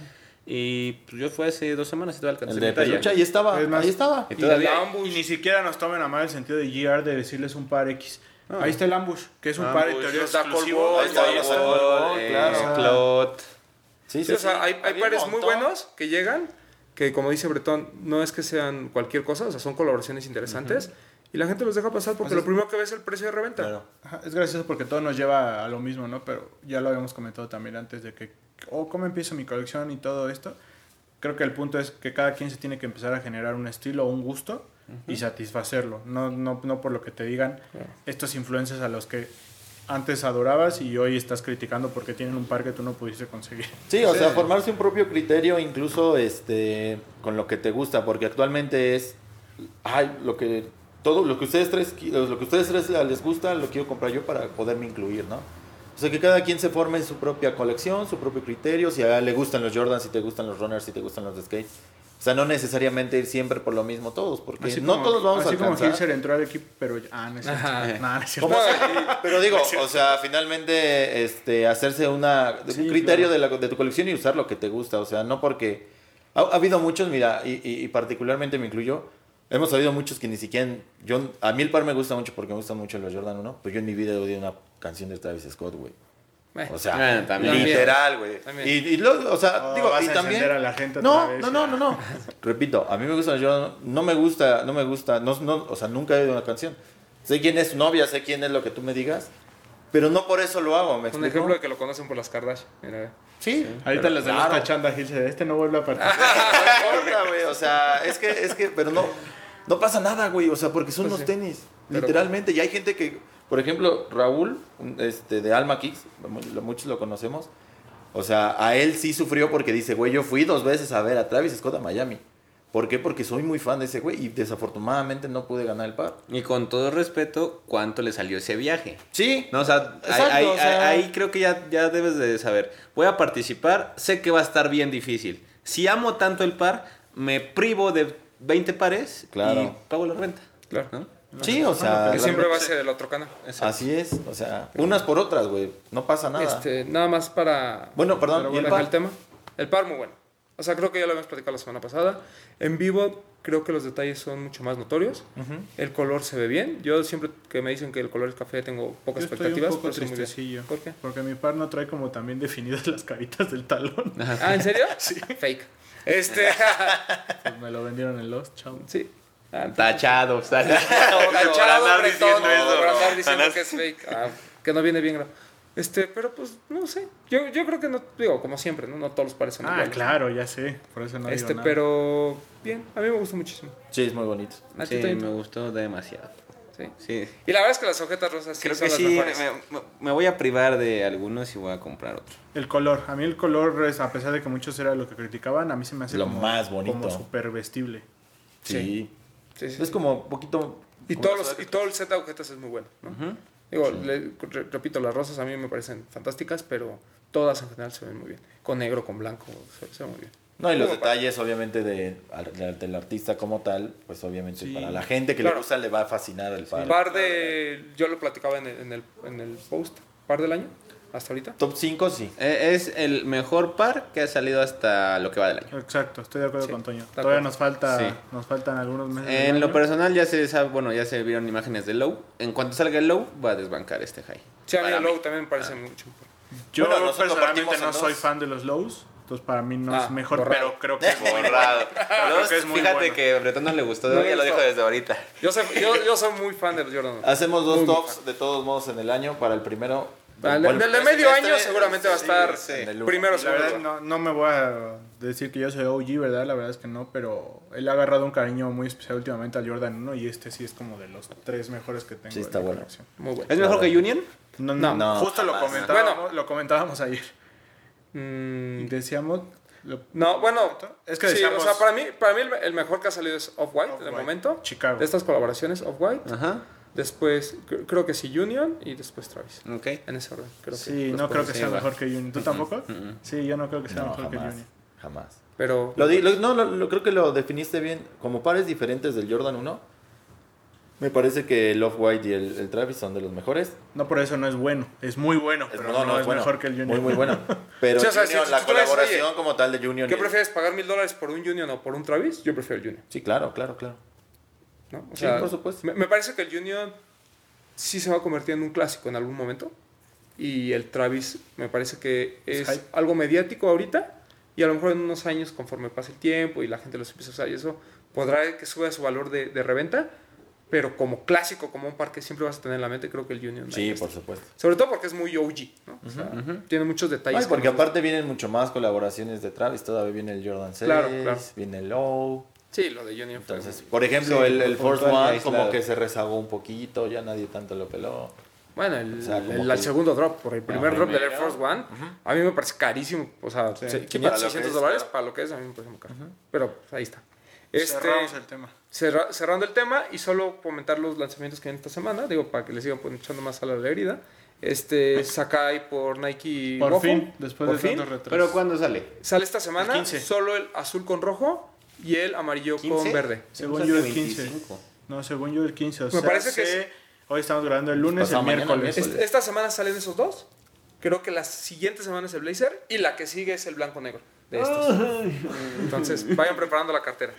Y pues, yo fue hace dos semanas y todavía alcancé El de mi talla. peluche, ahí estaba, Es más, ahí estaba. Y Y, todavía- el ambush. Y ni siquiera nos tomen a mal el sentido de G R de decirles un par X. Ahí está el ambush, que es un par en Ambush, teoría los da exclusivo. Colball, Ahí está, ahí ahí está. está. Colball, eh, claro. Cloud. Sí, Sí, o sea, hay, hay Había un pares muy montón. buenos que llegan, que como dice Bretón, no es que sean cualquier cosa, o sea, son colaboraciones interesantes. Y la gente los deja pasar porque Así lo es. primero que ve es el precio de reventa. Claro. Ajá, es gracioso porque todo nos lleva a lo mismo, ¿no? Pero ya lo habíamos comentado también antes de que, o cómo empiezo mi colección y todo esto. Creo que el punto es que cada quien se tiene que empezar a generar un estilo o un gusto y satisfacerlo. No, no, no por lo que te digan estos influencers a los que antes adorabas y hoy estás criticando porque tienen un par que tú no pudiste conseguir. Sí, o sea, formarse un propio criterio incluso este con lo que te gusta, porque actualmente es ay, lo que todo lo que ustedes tres qui- lo que ustedes tres les gusta, lo quiero comprar yo para poderme incluir, ¿no? O sea, que cada quien se forme en su propia colección, su propio criterio, si a él le gustan los Jordans, si te gustan los runners, si te gustan los de skate. O sea, no necesariamente ir siempre por lo mismo todos, porque Así no como- todos vamos a así como alcanzar. Hilser entró al equipo, pero ya- ah, no es cierto. Ajá. No, no es cierto. ¿Cómo? Pero digo, o sea, finalmente este, hacerse una, Sí, un criterio claro. de, la, de tu colección y usar lo que te gusta. O sea, no porque... Ha, ha habido muchos, mira, y, y, y particularmente me incluyo, hemos habido muchos que ni siquiera... Yo, a mí el par me gusta mucho porque me gustan mucho los Jordan uno, pues yo en mi vida he oído una canción de Travis Scott, güey. Bueno, O sea, Bueno, también. literal, güey. También. Y, y luego, o sea, Oh, digo, vas y a también... encender a la gente No, otra vez. no, no, no, no. Repito, a mí me gusta yo no me gusta, no me gusta, no, no, o sea, nunca he oído una canción. Sé quién es tu novia, sé quién es lo que tú me digas, pero no por eso lo hago, ¿me un explico? ejemplo de que lo conocen por las Kardashian. Mira, Sí. Ahorita pero les estamos claro. tachando a Hilser. Este no vuelve a participar. No importa, güey, o sea, es que, es que, pero no, no pasa nada, güey, o sea, porque son Pues unos sí. tenis, Pero- literalmente, y hay gente que, por ejemplo, Raúl, un- este, de Alma Kicks, mu- muchos lo conocemos, o sea, a él sí sufrió porque dice, güey, yo fui dos veces a ver a Travis Scott a Miami. ¿Por qué? Porque soy muy fan de ese güey y desafortunadamente no pude ganar el par. Y con todo respeto, ¿cuánto le salió ese viaje? Sí. No, o sea, Exacto, ahí, ahí- o sea- ahí creo que ya, ya debes de saber. Voy a participar, sé que va a estar bien difícil. Si amo tanto el par, me privo de veinte pares Claro. y pago la renta. Claro. ¿no? Sí, o sea, Que siempre va a realmente- ser el otro canal. así es, o sea, unas por otras, güey, no pasa nada. Este, nada más para Bueno, perdón, para ¿y el dejar par? el tema. El par muy bueno. O sea, creo que ya lo habíamos platicado la semana pasada. En vivo creo que los detalles son mucho más notorios. Ujú. El color se ve bien. Yo siempre que me dicen que el color es café tengo pocas Yo estoy un expectativas. poco pero se ve muy bien. tristecillo. ¿Por qué? Porque mi par no trae como también definidas las caritas del talón. Ah, ¿en serio? Sí. Fake. Este. Pues me lo vendieron en Lost, chao. sí. Ah, Tachado, tachado. Tachado, andar bretón, diciendo eso. por andar diciendo Andar- que es fake. Ah, que no viene bien grabado. Este, pero pues, no sé. Yo, yo creo que no, digo, como siempre, ¿no? No todos los parecen Ah, iguales. claro, ya sé. Por eso no digo Este, nada. pero bien, a mí me gustó muchísimo. Sí, es muy bonito. ¿A ti Sí, también? me gustó demasiado. Sí. Sí. Y la verdad es que las agujetas rosas sí Creo son que las sí, mejores. me, me- me voy a privar de algunos y voy a comprar otro. El color. A mí el color, es, a pesar de que muchos era lo que criticaban, a mí se me hace Lo como, más bonito. como súper vestible. Sí. Sí, sí, Es sí. como un poquito... Y, como todos las los, y todo el set de agujetas es muy bueno, ¿no? Digo, le- re- repito, las rosas a mí me parecen fantásticas, pero todas en general se ven muy bien. Con negro, con blanco, se, se ven muy bien. No, y los Como detalles, obviamente, de, al- del artista como tal, pues obviamente Sí. para la gente que Claro. le gusta le va a fascinar el par. Par de... Yo lo platicaba en el, en el, en el post. Par del año, hasta ahorita. Top cinco, sí. Eh, Es el mejor par que ha salido hasta lo que va del año. Exacto, estoy de acuerdo Sí, con Toño. está Todavía bien. nos falta, Sí. nos faltan algunos meses. del En lo año. personal ya se sabe, bueno, ya se vieron imágenes del low. En cuanto salga el low, va a desbancar este high. Sí, a mí Para el mí. logo también me parece mucho. Yo Bueno, nosotros personalmente partimos en no soy dos. fan de los lows, entonces para mí no Ah, es mejor, borrado. pero creo que es muy Borrado. creo que es muy Fíjate bueno. que a Bretón no le gustó, No de me ya lo gustó. dijo desde ahorita. Yo soy, yo, yo soy muy fan de los Jordan. Hacemos dos Muy, muy tops de todos modos en el año. Para el primero... Ah, el- bueno, del de este medio semestre, año seguramente va a sí, estar sí, en el uno. primero o La verdad segundo. no, no me voy a decir que yo soy O G, ¿verdad? La verdad es que no, pero él ha agarrado un cariño muy especial últimamente al Jordan uno y este sí es como de los tres mejores que tengo. Sí, en está mi bueno. colección. Muy bueno. ¿Es mejor que Union? No, No, no, no, justo lo jamás. comentábamos, Bueno. lo comentábamos ayer. Mm, Decíamos... lo- no, bueno, es que sí, decíamos... o sea, para mí, para mí el, el mejor que ha salido es Off-White en el Off-White, momento. Chicago. De estas colaboraciones, Off-White. Ajá. Después, cr- creo que sí, Union y después Travis. Ok. En ese orden. Creo que Sí, los no creo pongo. que sí, sea va. mejor que Union. ¿Tú tampoco? Sí, yo no creo que sea No, mejor que jamás. Union. Jamás. Pero, Lo di- lo- no, lo, lo- creo que lo definiste bien. Como pares diferentes del Jordan uno, me parece que el Off-White y el, el Travis son de los mejores. No por eso no es bueno, es muy bueno, Es- pero no, es bueno. mejor que el Union. Muy, muy bueno. Pero Sí, o sea, Union, si- la si tú le dices, colaboración oye, como tal de Union. ¿qué es- prefieres? ¿Pagar mil dólares por un Union o por un Travis? Yo prefiero el Union. Sí, claro, claro, claro. ¿no? O Sí, por supuesto. Me, me parece que el Union sí se va a convertir en un clásico en algún momento. Y el Travis me parece que es hype. algo mediático ahorita. Y a lo mejor en unos años, conforme pase el tiempo y la gente los empieza a usar y eso, podrá que suba su valor de, de reventa. Pero como clásico, como un par que siempre vas a tener en la mente, creo que el Union. ahí Sí, está. por supuesto. Sobre todo porque es muy O G, ¿no? O sea, tiene muchos detalles. Ay, porque que nos aparte vienen mucho más colaboraciones de Travis. Todavía viene el Jordan seis, Claro, claro. viene el Low. gustan. Sí, lo de Union fue Entonces, muy- por ejemplo, Sí, el, el Force puntual y One aislado. como que se rezagó un poquito, ya nadie tanto lo peló. Bueno, el, O sea, como el, que- el segundo drop, por el primer drop del Air primero. Force One, a mí me parece carísimo. O sea, Sí. se- Sí, quinientos, para lo que seiscientos es, dólares claro. para lo que es, a mí me parece muy caro. Pero pues, ahí está. Este, Cerramos el tema. cerra- cerrando el tema y solo comentar los lanzamientos que hay en esta semana, digo, para que le sigan pon- echando más sal a la herida. Este, Sakai por Nike Por Waffle, fin, después por de fin. tantos retrasos. ¿Pero cuándo sale? Sale esta semana El quince. solo el azul con rojo y el amarillo con ¿quince? verde. Según Sale yo el veinticinco. quince. No, según yo el quince. O Me sea, parece que se- es- hoy estamos grabando el lunes, Pasado el mañana, miércoles. miércoles. Est- Esta semana salen esos dos. Creo que la siguiente semana es el blazer y la que sigue es el blanco negro de estos. Entonces, vayan preparando la cartera.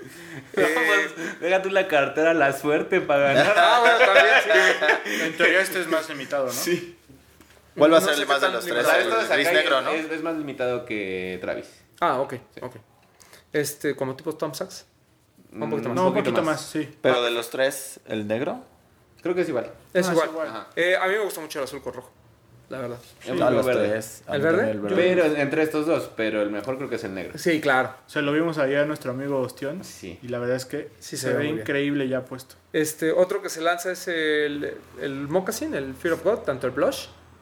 Eh, Deja tú la cartera, la suerte para ganar. ah, bueno, también sí. En teoría este es más limitado, ¿no? Sí. ¿Cuál va a No ser sé el qué más de tan los tres? limitado. El Esto de gris Sakai negro, ¿no? es, es más limitado que Travis. Ah, ok, ok. Este, como tipo Tom Sachs. Un poquito más. No, un poquito poquito más. más, sí. Pero de los tres, ¿el negro? Creo que es igual. Es Ah, igual. es igual. Ajá. Eh, a mí me gusta mucho el azul con rojo. La verdad. Yo Ah, prefiero los verde. tres. A ¿El mí verde? también el Pero entre estos dos, pero el mejor creo que es el negro. Sí, claro. Se lo vimos ahí a nuestro amigo Ostión. Sí. Y la verdad es que Sí, se, se ve ve muy bien. increíble ya puesto. Este, otro que se lanza es el, el Moccasin, el Fear of God, tanto el Blush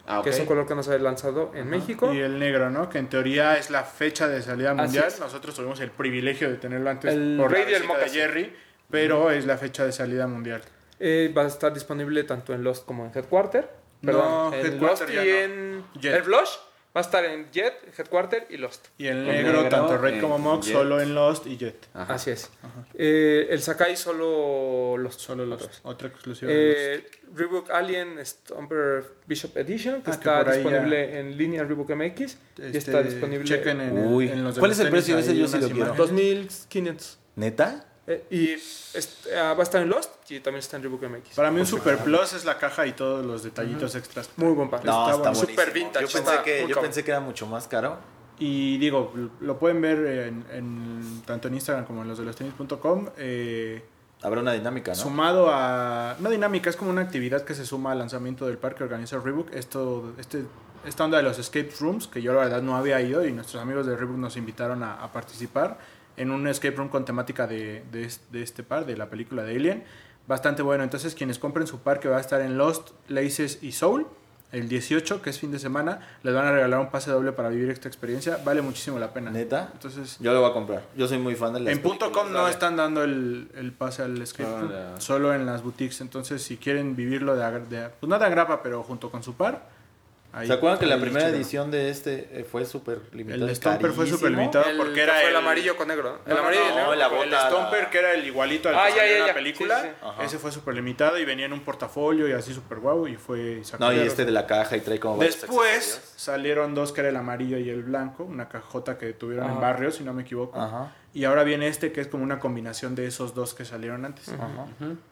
Ah, que es ok. un color que no se había lanzado en México. Y el negro, ¿no? Que en teoría es la fecha de salida Así mundial. es. Nosotros tuvimos el privilegio de tenerlo antes El por la Rey y el visita de Moccasin. Jerry, pero es la fecha de salida mundial. Eh, va a estar disponible tanto en Lost como en Headquarter. Perdón, No, en Headquarter Lost ya y no. en... Jet. El Blush va a estar en Jet, Headquarter y Lost. Y el El negro, negro tanto Red en como Mox, Jet. solo en Lost y Jet. Ajá. Así es. Eh, el Sakai solo Lost. Solo Lost. Otra exclusiva. de Lost. Eh, Reebok Alien Stomper Bishop Edition, que Ah, que está por ahí disponible en línea Reebok M X. y Este, está disponible Chequen en, Uy. en los de ¿Cuál los es el tenis, precio? hay Ese yo sí unas lo quiero. imágenes. dos mil quinientos. ¿Neta? Eh, y est- ah, va a estar en Lost y también está en Reebok M X. Para mí un Super Plus es la caja y todos los detallitos extras. Muy buen par. No, Está está, bueno. buenísimo. Super vintage, Yo pensé, está que, muy yo cabrón. pensé que era mucho más caro. Y digo, lo pueden ver en, en- tanto en Instagram como en los de los tenis punto com. Eh, Habrá una dinámica, ¿no? Sumado a... No dinámica, es como una actividad que se suma al lanzamiento del parque que organiza Reebok. Esto, este, esta onda de los escape rooms, que yo la verdad no había ido y nuestros amigos de Reebok nos invitaron a, a participar en un escape room con temática de, de, es- de este par, de la película de Alien. Bastante bueno. Entonces quienes compren su par, que va a estar en Lost, Laces y Soul, el dieciocho, que es fin de semana, les van a regalar un pase doble para vivir esta experiencia. Vale muchísimo la pena. ¿Neta? Entonces... Yo lo voy a comprar. Yo soy muy fan de las En punto películas, .com no dale. están dando el, el pase al escape Ah, room, ya. solo en las boutiques. Entonces, si quieren vivirlo de, agra- de pues no de agrapa, pero junto con su par. Ahí, ¿Se acuerdan que la ahí primera chido. edición de este eh, fue súper limitada? El Stomper fue carísimo? súper limitado El, porque que era fue el, el amarillo con negro. ¿no? No, El no, amarillo y no, negro. la el bota, Stomper la- que era el igualito al Ah, que ya, salió ya, en la ya. película. Sí, sí, sí. Ajá. Ese fue súper limitado y venía en un portafolio y así súper guau y fue... y sacó No, y de- este de la caja y trae como varios Después accesorios. salieron dos que era el amarillo y el blanco, una cajota que tuvieron en Ajá. Barrio, si no me equivoco. Ajá. Y ahora viene este que es como una combinación de esos dos que salieron antes. Ajá.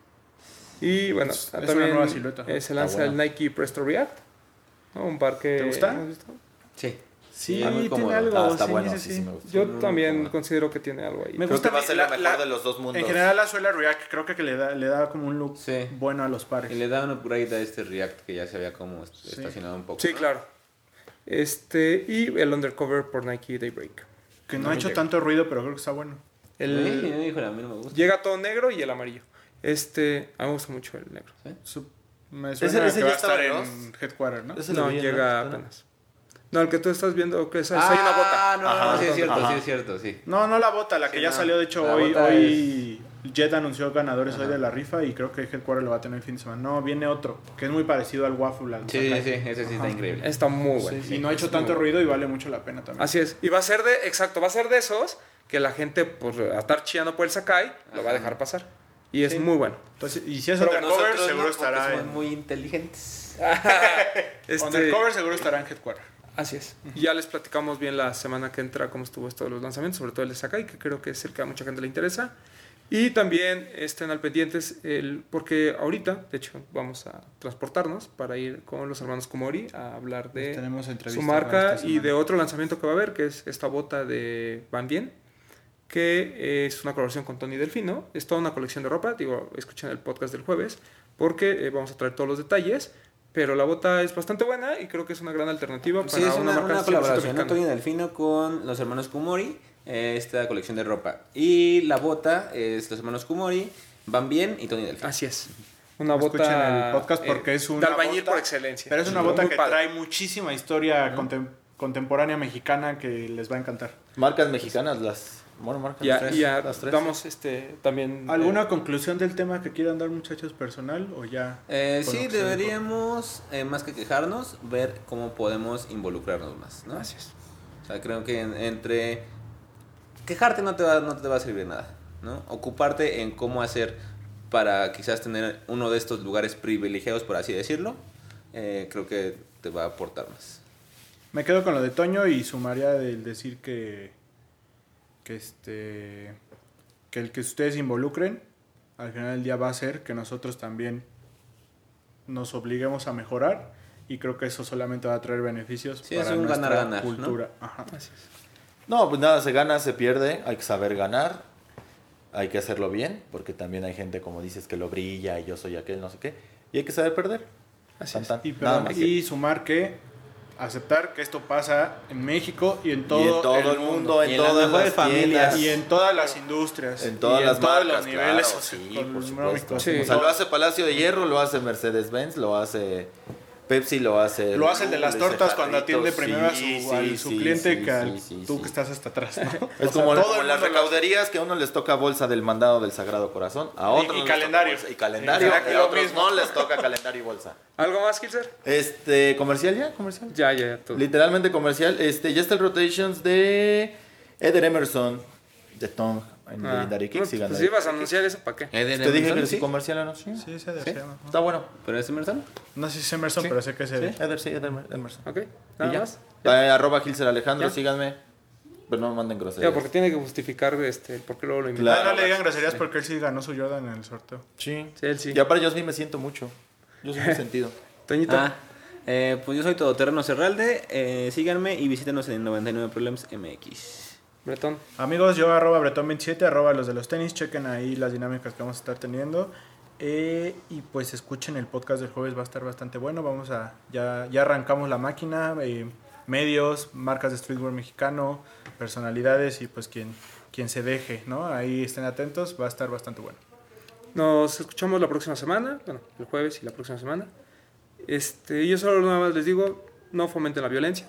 Y bueno, Es- es una también nueva silueta. eh, se lanza Está bueno. el Nike Presto React. ¿no? Un par que... ¿Te gusta? ¿hemos visto? Sí. Sí, es muy tiene cómodo. algo. Ah, está sí, bueno, sí, sí, sí. sí me gusta. Yo Muy también cómodo. considero que tiene algo ahí. Me Creo gusta que va a mi- ser la- lo mejor la- de los dos mundos. En general la suela React creo que le da, le da como un look Sí. bueno a los pares. Y le da un upgrade a este React que ya se había como est- Sí. estacionado un poco. Sí, claro. Este, y el Undercover por Nike Daybreak. Que no, No ha me hecho llega. tanto ruido, pero creo que está bueno. El, Sí, híjole, a mí no me gusta. Llega todo negro y el amarillo. Este, a mí me gusta mucho el negro. Su- me suena Ese- ese que ya va a estaba estar en en Headquarter, ¿no? Ese lo No, vi en llega Lost, ¿no? apenas. No, el que tú estás viendo, que es, hay una bota. Ah, no, Ajá. no, sí es cierto, Ajá. sí es cierto, sí. No, no la bota, la que Sí, ya no. salió. De hecho, La hoy, bota hoy Jet anunció ganadores hoy de la rifa y creo que Headquarter lo va a tener el fin de semana. No, viene otro, que es muy parecido al Waffle. Al Sí, Sakai. sí, ese sí está increíble. Está muy bueno. Y no ha hecho tanto ruido y vale mucho la pena también. Así es. Y va a ser de, exacto, va a ser de esos que la gente, por estar chillando por el Sakai, lo va a dejar pasar. Y es Sí. muy bueno. Entonces, y si es Pero Undercover, Nosotros seguro no, estará porque en... somos muy inteligentes. Este, Undercover seguro estará en Headquarter. Así es. Y ya les platicamos bien la semana que entra cómo estuvo esto de los lanzamientos, sobre todo el de Sakai, que creo que es el que a mucha gente le interesa. Y también estén al pendientes, el, porque ahorita, de hecho, vamos a transportarnos para ir con los hermanos Komori a hablar de Tenemos entrevista su para marca esta y semana. de otro lanzamiento que va a haber, que es esta bota de Van Bien, que es una colaboración con Tony Delfino. Es toda una colección de ropa, digo, escuchen el podcast del jueves, porque eh, vamos a traer todos los detalles. Pero la bota es bastante buena y creo que es una gran alternativa para Sí, es una, marca una cien por ciento colaboración, ¿no? mexicana. Tony Delfino con los hermanos Kumori, eh, esta colección de ropa. Y la bota es los hermanos Kumori, Van Bien y Tony Delfino. Así es. Una Escuchen bota el podcast porque eh, es una de albañil bota, por excelencia. Pero es una Sí, bota muy que padre. trae muchísima historia contem- contemporánea mexicana que les va a encantar. Marcas mexicanas, las. Bueno, marcas Ya, las tres. ya las tres. damos este también ¿Alguna eh, conclusión del tema que quieran dar, muchachos, personal o ya? Eh, con lo sí, que se dijo? deberíamos, eh, más que quejarnos, ver cómo podemos involucrarnos más, ¿no? Así es. O sea, creo que en- entre quejarte no te va, no te va a servir nada, ¿no? Ocuparte en cómo hacer para quizás tener uno de estos lugares privilegiados, por así decirlo, eh, creo que te va a aportar más. Me quedo con lo de Toño y sumaría el decir que que este que el que ustedes involucren al final del día va a ser que nosotros también nos obliguemos a mejorar y creo que eso solamente va a traer beneficios Sí, para es un nuestra ganar-ganar, ¿no? cultura. Ajá. Así es. No, pues nada, se gana, se pierde. Hay que saber ganar. Hay que hacerlo bien. Porque también hay gente, como dices, que lo brilla y yo soy aquel, no sé qué. Y hay que saber perder. Así Tan, es. tan. Y, Nada perdón, más. y sumar que aceptar que esto pasa en México y en todo, y en todo el mundo, en Y en las todas mejores las familias. tiendas. y en todas las industrias En todas y las en todos marcas, los niveles claro, sí, por supuesto. socioeconómicos. Sí. O sea, lo hace Palacio de Hierro, lo hace Mercedes-Benz, lo hace Pepsi lo hace. Lo hace el de las ese tortas cuando jarrito, atiende primero sí, a su, sí, al- su sí, cliente sí, que al, sí, sí, tú sí. que estás hasta atrás, ¿no? Es O sea, como, todo como el las mundo recauderías que a uno les toca bolsa del mandado del Sagrado Corazón, a Y- otros y no les toca calendario. bolsa, y calendario, Exacto, y a lo otros mismo. no les toca calendario y bolsa. ¿Algo más, Kilser? Este, ¿comercial ya? ¿Comercial? Ya, ya, ya, todo. Literalmente comercial. Este, ya está el Rotations de Eder Emerson, de Tong, en Ah, Legendary no, Kicks. y pues gana. si ibas a anunciar eso, ¿para qué? ¿Eden Te dije Emerson? que es ¿Sí? comercial o no. Sí. Sí, ese de ¿Sí? se llama. Está bueno. ¿Pero es Emerson? No sé si es Emerson, Sí. pero sé que es el... Sí, Eder, sí, Eder Emerson. ¿Ok? Y ¿Nada ya. más? Eh, arroba Gilser Alejandro, ¿Ya? síganme. Pero no me manden groserías. Ya, porque tiene que justificar este, por qué luego lo Ah, invitaron. Claro. no le digan groserías porque él sí ganó su Jordan en el sorteo. Sí. Sí, él sí. Y aparte yo sí me siento mucho. Yo soy muy sentido. Toñito. Ah, eh, pues yo soy Todoterreno Cerralde. Eh, síganme y visítenos en noventa y nueve Problems M X. Bretón. Amigos, yo arroba bretón veintisiete, arroba los de los tenis, chequen ahí las dinámicas que vamos a estar teniendo. Eh, y pues escuchen el podcast del jueves, va a estar bastante bueno. Vamos a, ya, ya arrancamos la máquina, eh, medios, marcas de streetwear mexicano, personalidades y pues quien, quien se deje, ¿no? Ahí estén atentos, va a estar bastante bueno. Nos escuchamos la próxima semana, bueno, el jueves y la próxima semana. Este, yo solo nada más les digo, no fomenten la violencia.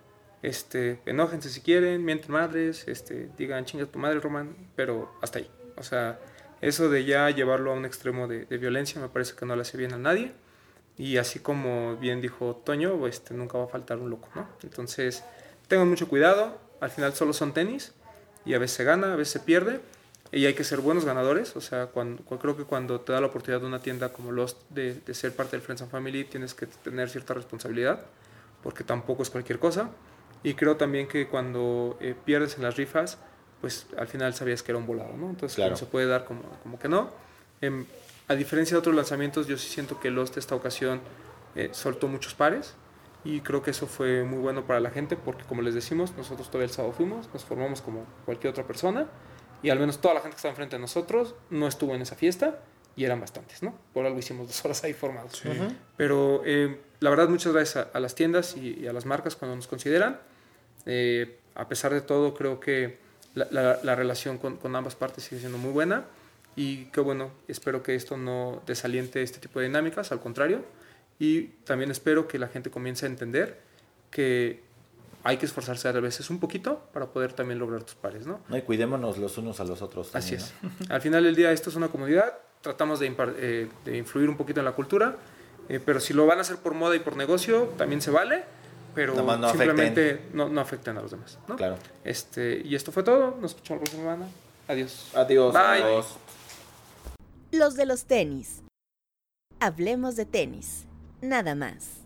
Este, enójense si quieren, mienten madres, este, digan chinga tu madre, Román, pero hasta ahí. O sea, eso de ya llevarlo a un extremo de, de violencia me parece que no le hace bien a nadie. Y así como bien dijo Toño, este, nunca va a faltar un loco, ¿no? Entonces, tengan mucho cuidado, al final solo son tenis y a veces se gana, a veces se pierde. Y hay que ser buenos ganadores, o sea, cuando, creo que cuando te da la oportunidad de una tienda como Lost de, de ser parte del Friends and Family, tienes que tener cierta responsabilidad, porque tampoco es cualquier cosa. Y creo también que cuando eh, pierdes en las rifas, pues al final sabías que era un volado, ¿no? Entonces Claro. no se puede dar como, como que no. Em, a diferencia de otros lanzamientos, yo sí siento que Lost esta ocasión eh, soltó muchos pares. Y creo que eso fue muy bueno para la gente, porque como les decimos, nosotros todavía el sábado fuimos, nos formamos como cualquier otra persona. Y al menos toda la gente que estaba enfrente de nosotros no estuvo en esa fiesta. Y eran bastantes, ¿no? Por algo hicimos dos horas ahí formados. Sí. Ujú. Pero eh, la verdad, muchas gracias a, a las tiendas y, y a las marcas cuando nos consideran. Eh, a pesar de todo, creo que la, la, la relación con, con ambas partes sigue siendo muy buena. Y que bueno, espero que esto no desaliente este tipo de dinámicas, al contrario. Y también espero que la gente comience a entender que hay que esforzarse a veces un poquito para poder también lograr tus pares, ¿no? No, y cuidémonos los unos a los otros. Así también, es. ¿no? Al final del día esto es una comunidad, tratamos de, impar- eh, de influir un poquito en la cultura, eh, pero si lo van a hacer por moda y por negocio, también se vale, pero Nada más no simplemente no, no afecten a los demás, ¿no? Claro. Este, y esto fue todo, nos escuchamos la próxima semana. Adiós. Adiós. Bye. Adiós. Los de los tenis. Hablemos de tenis. Nada más.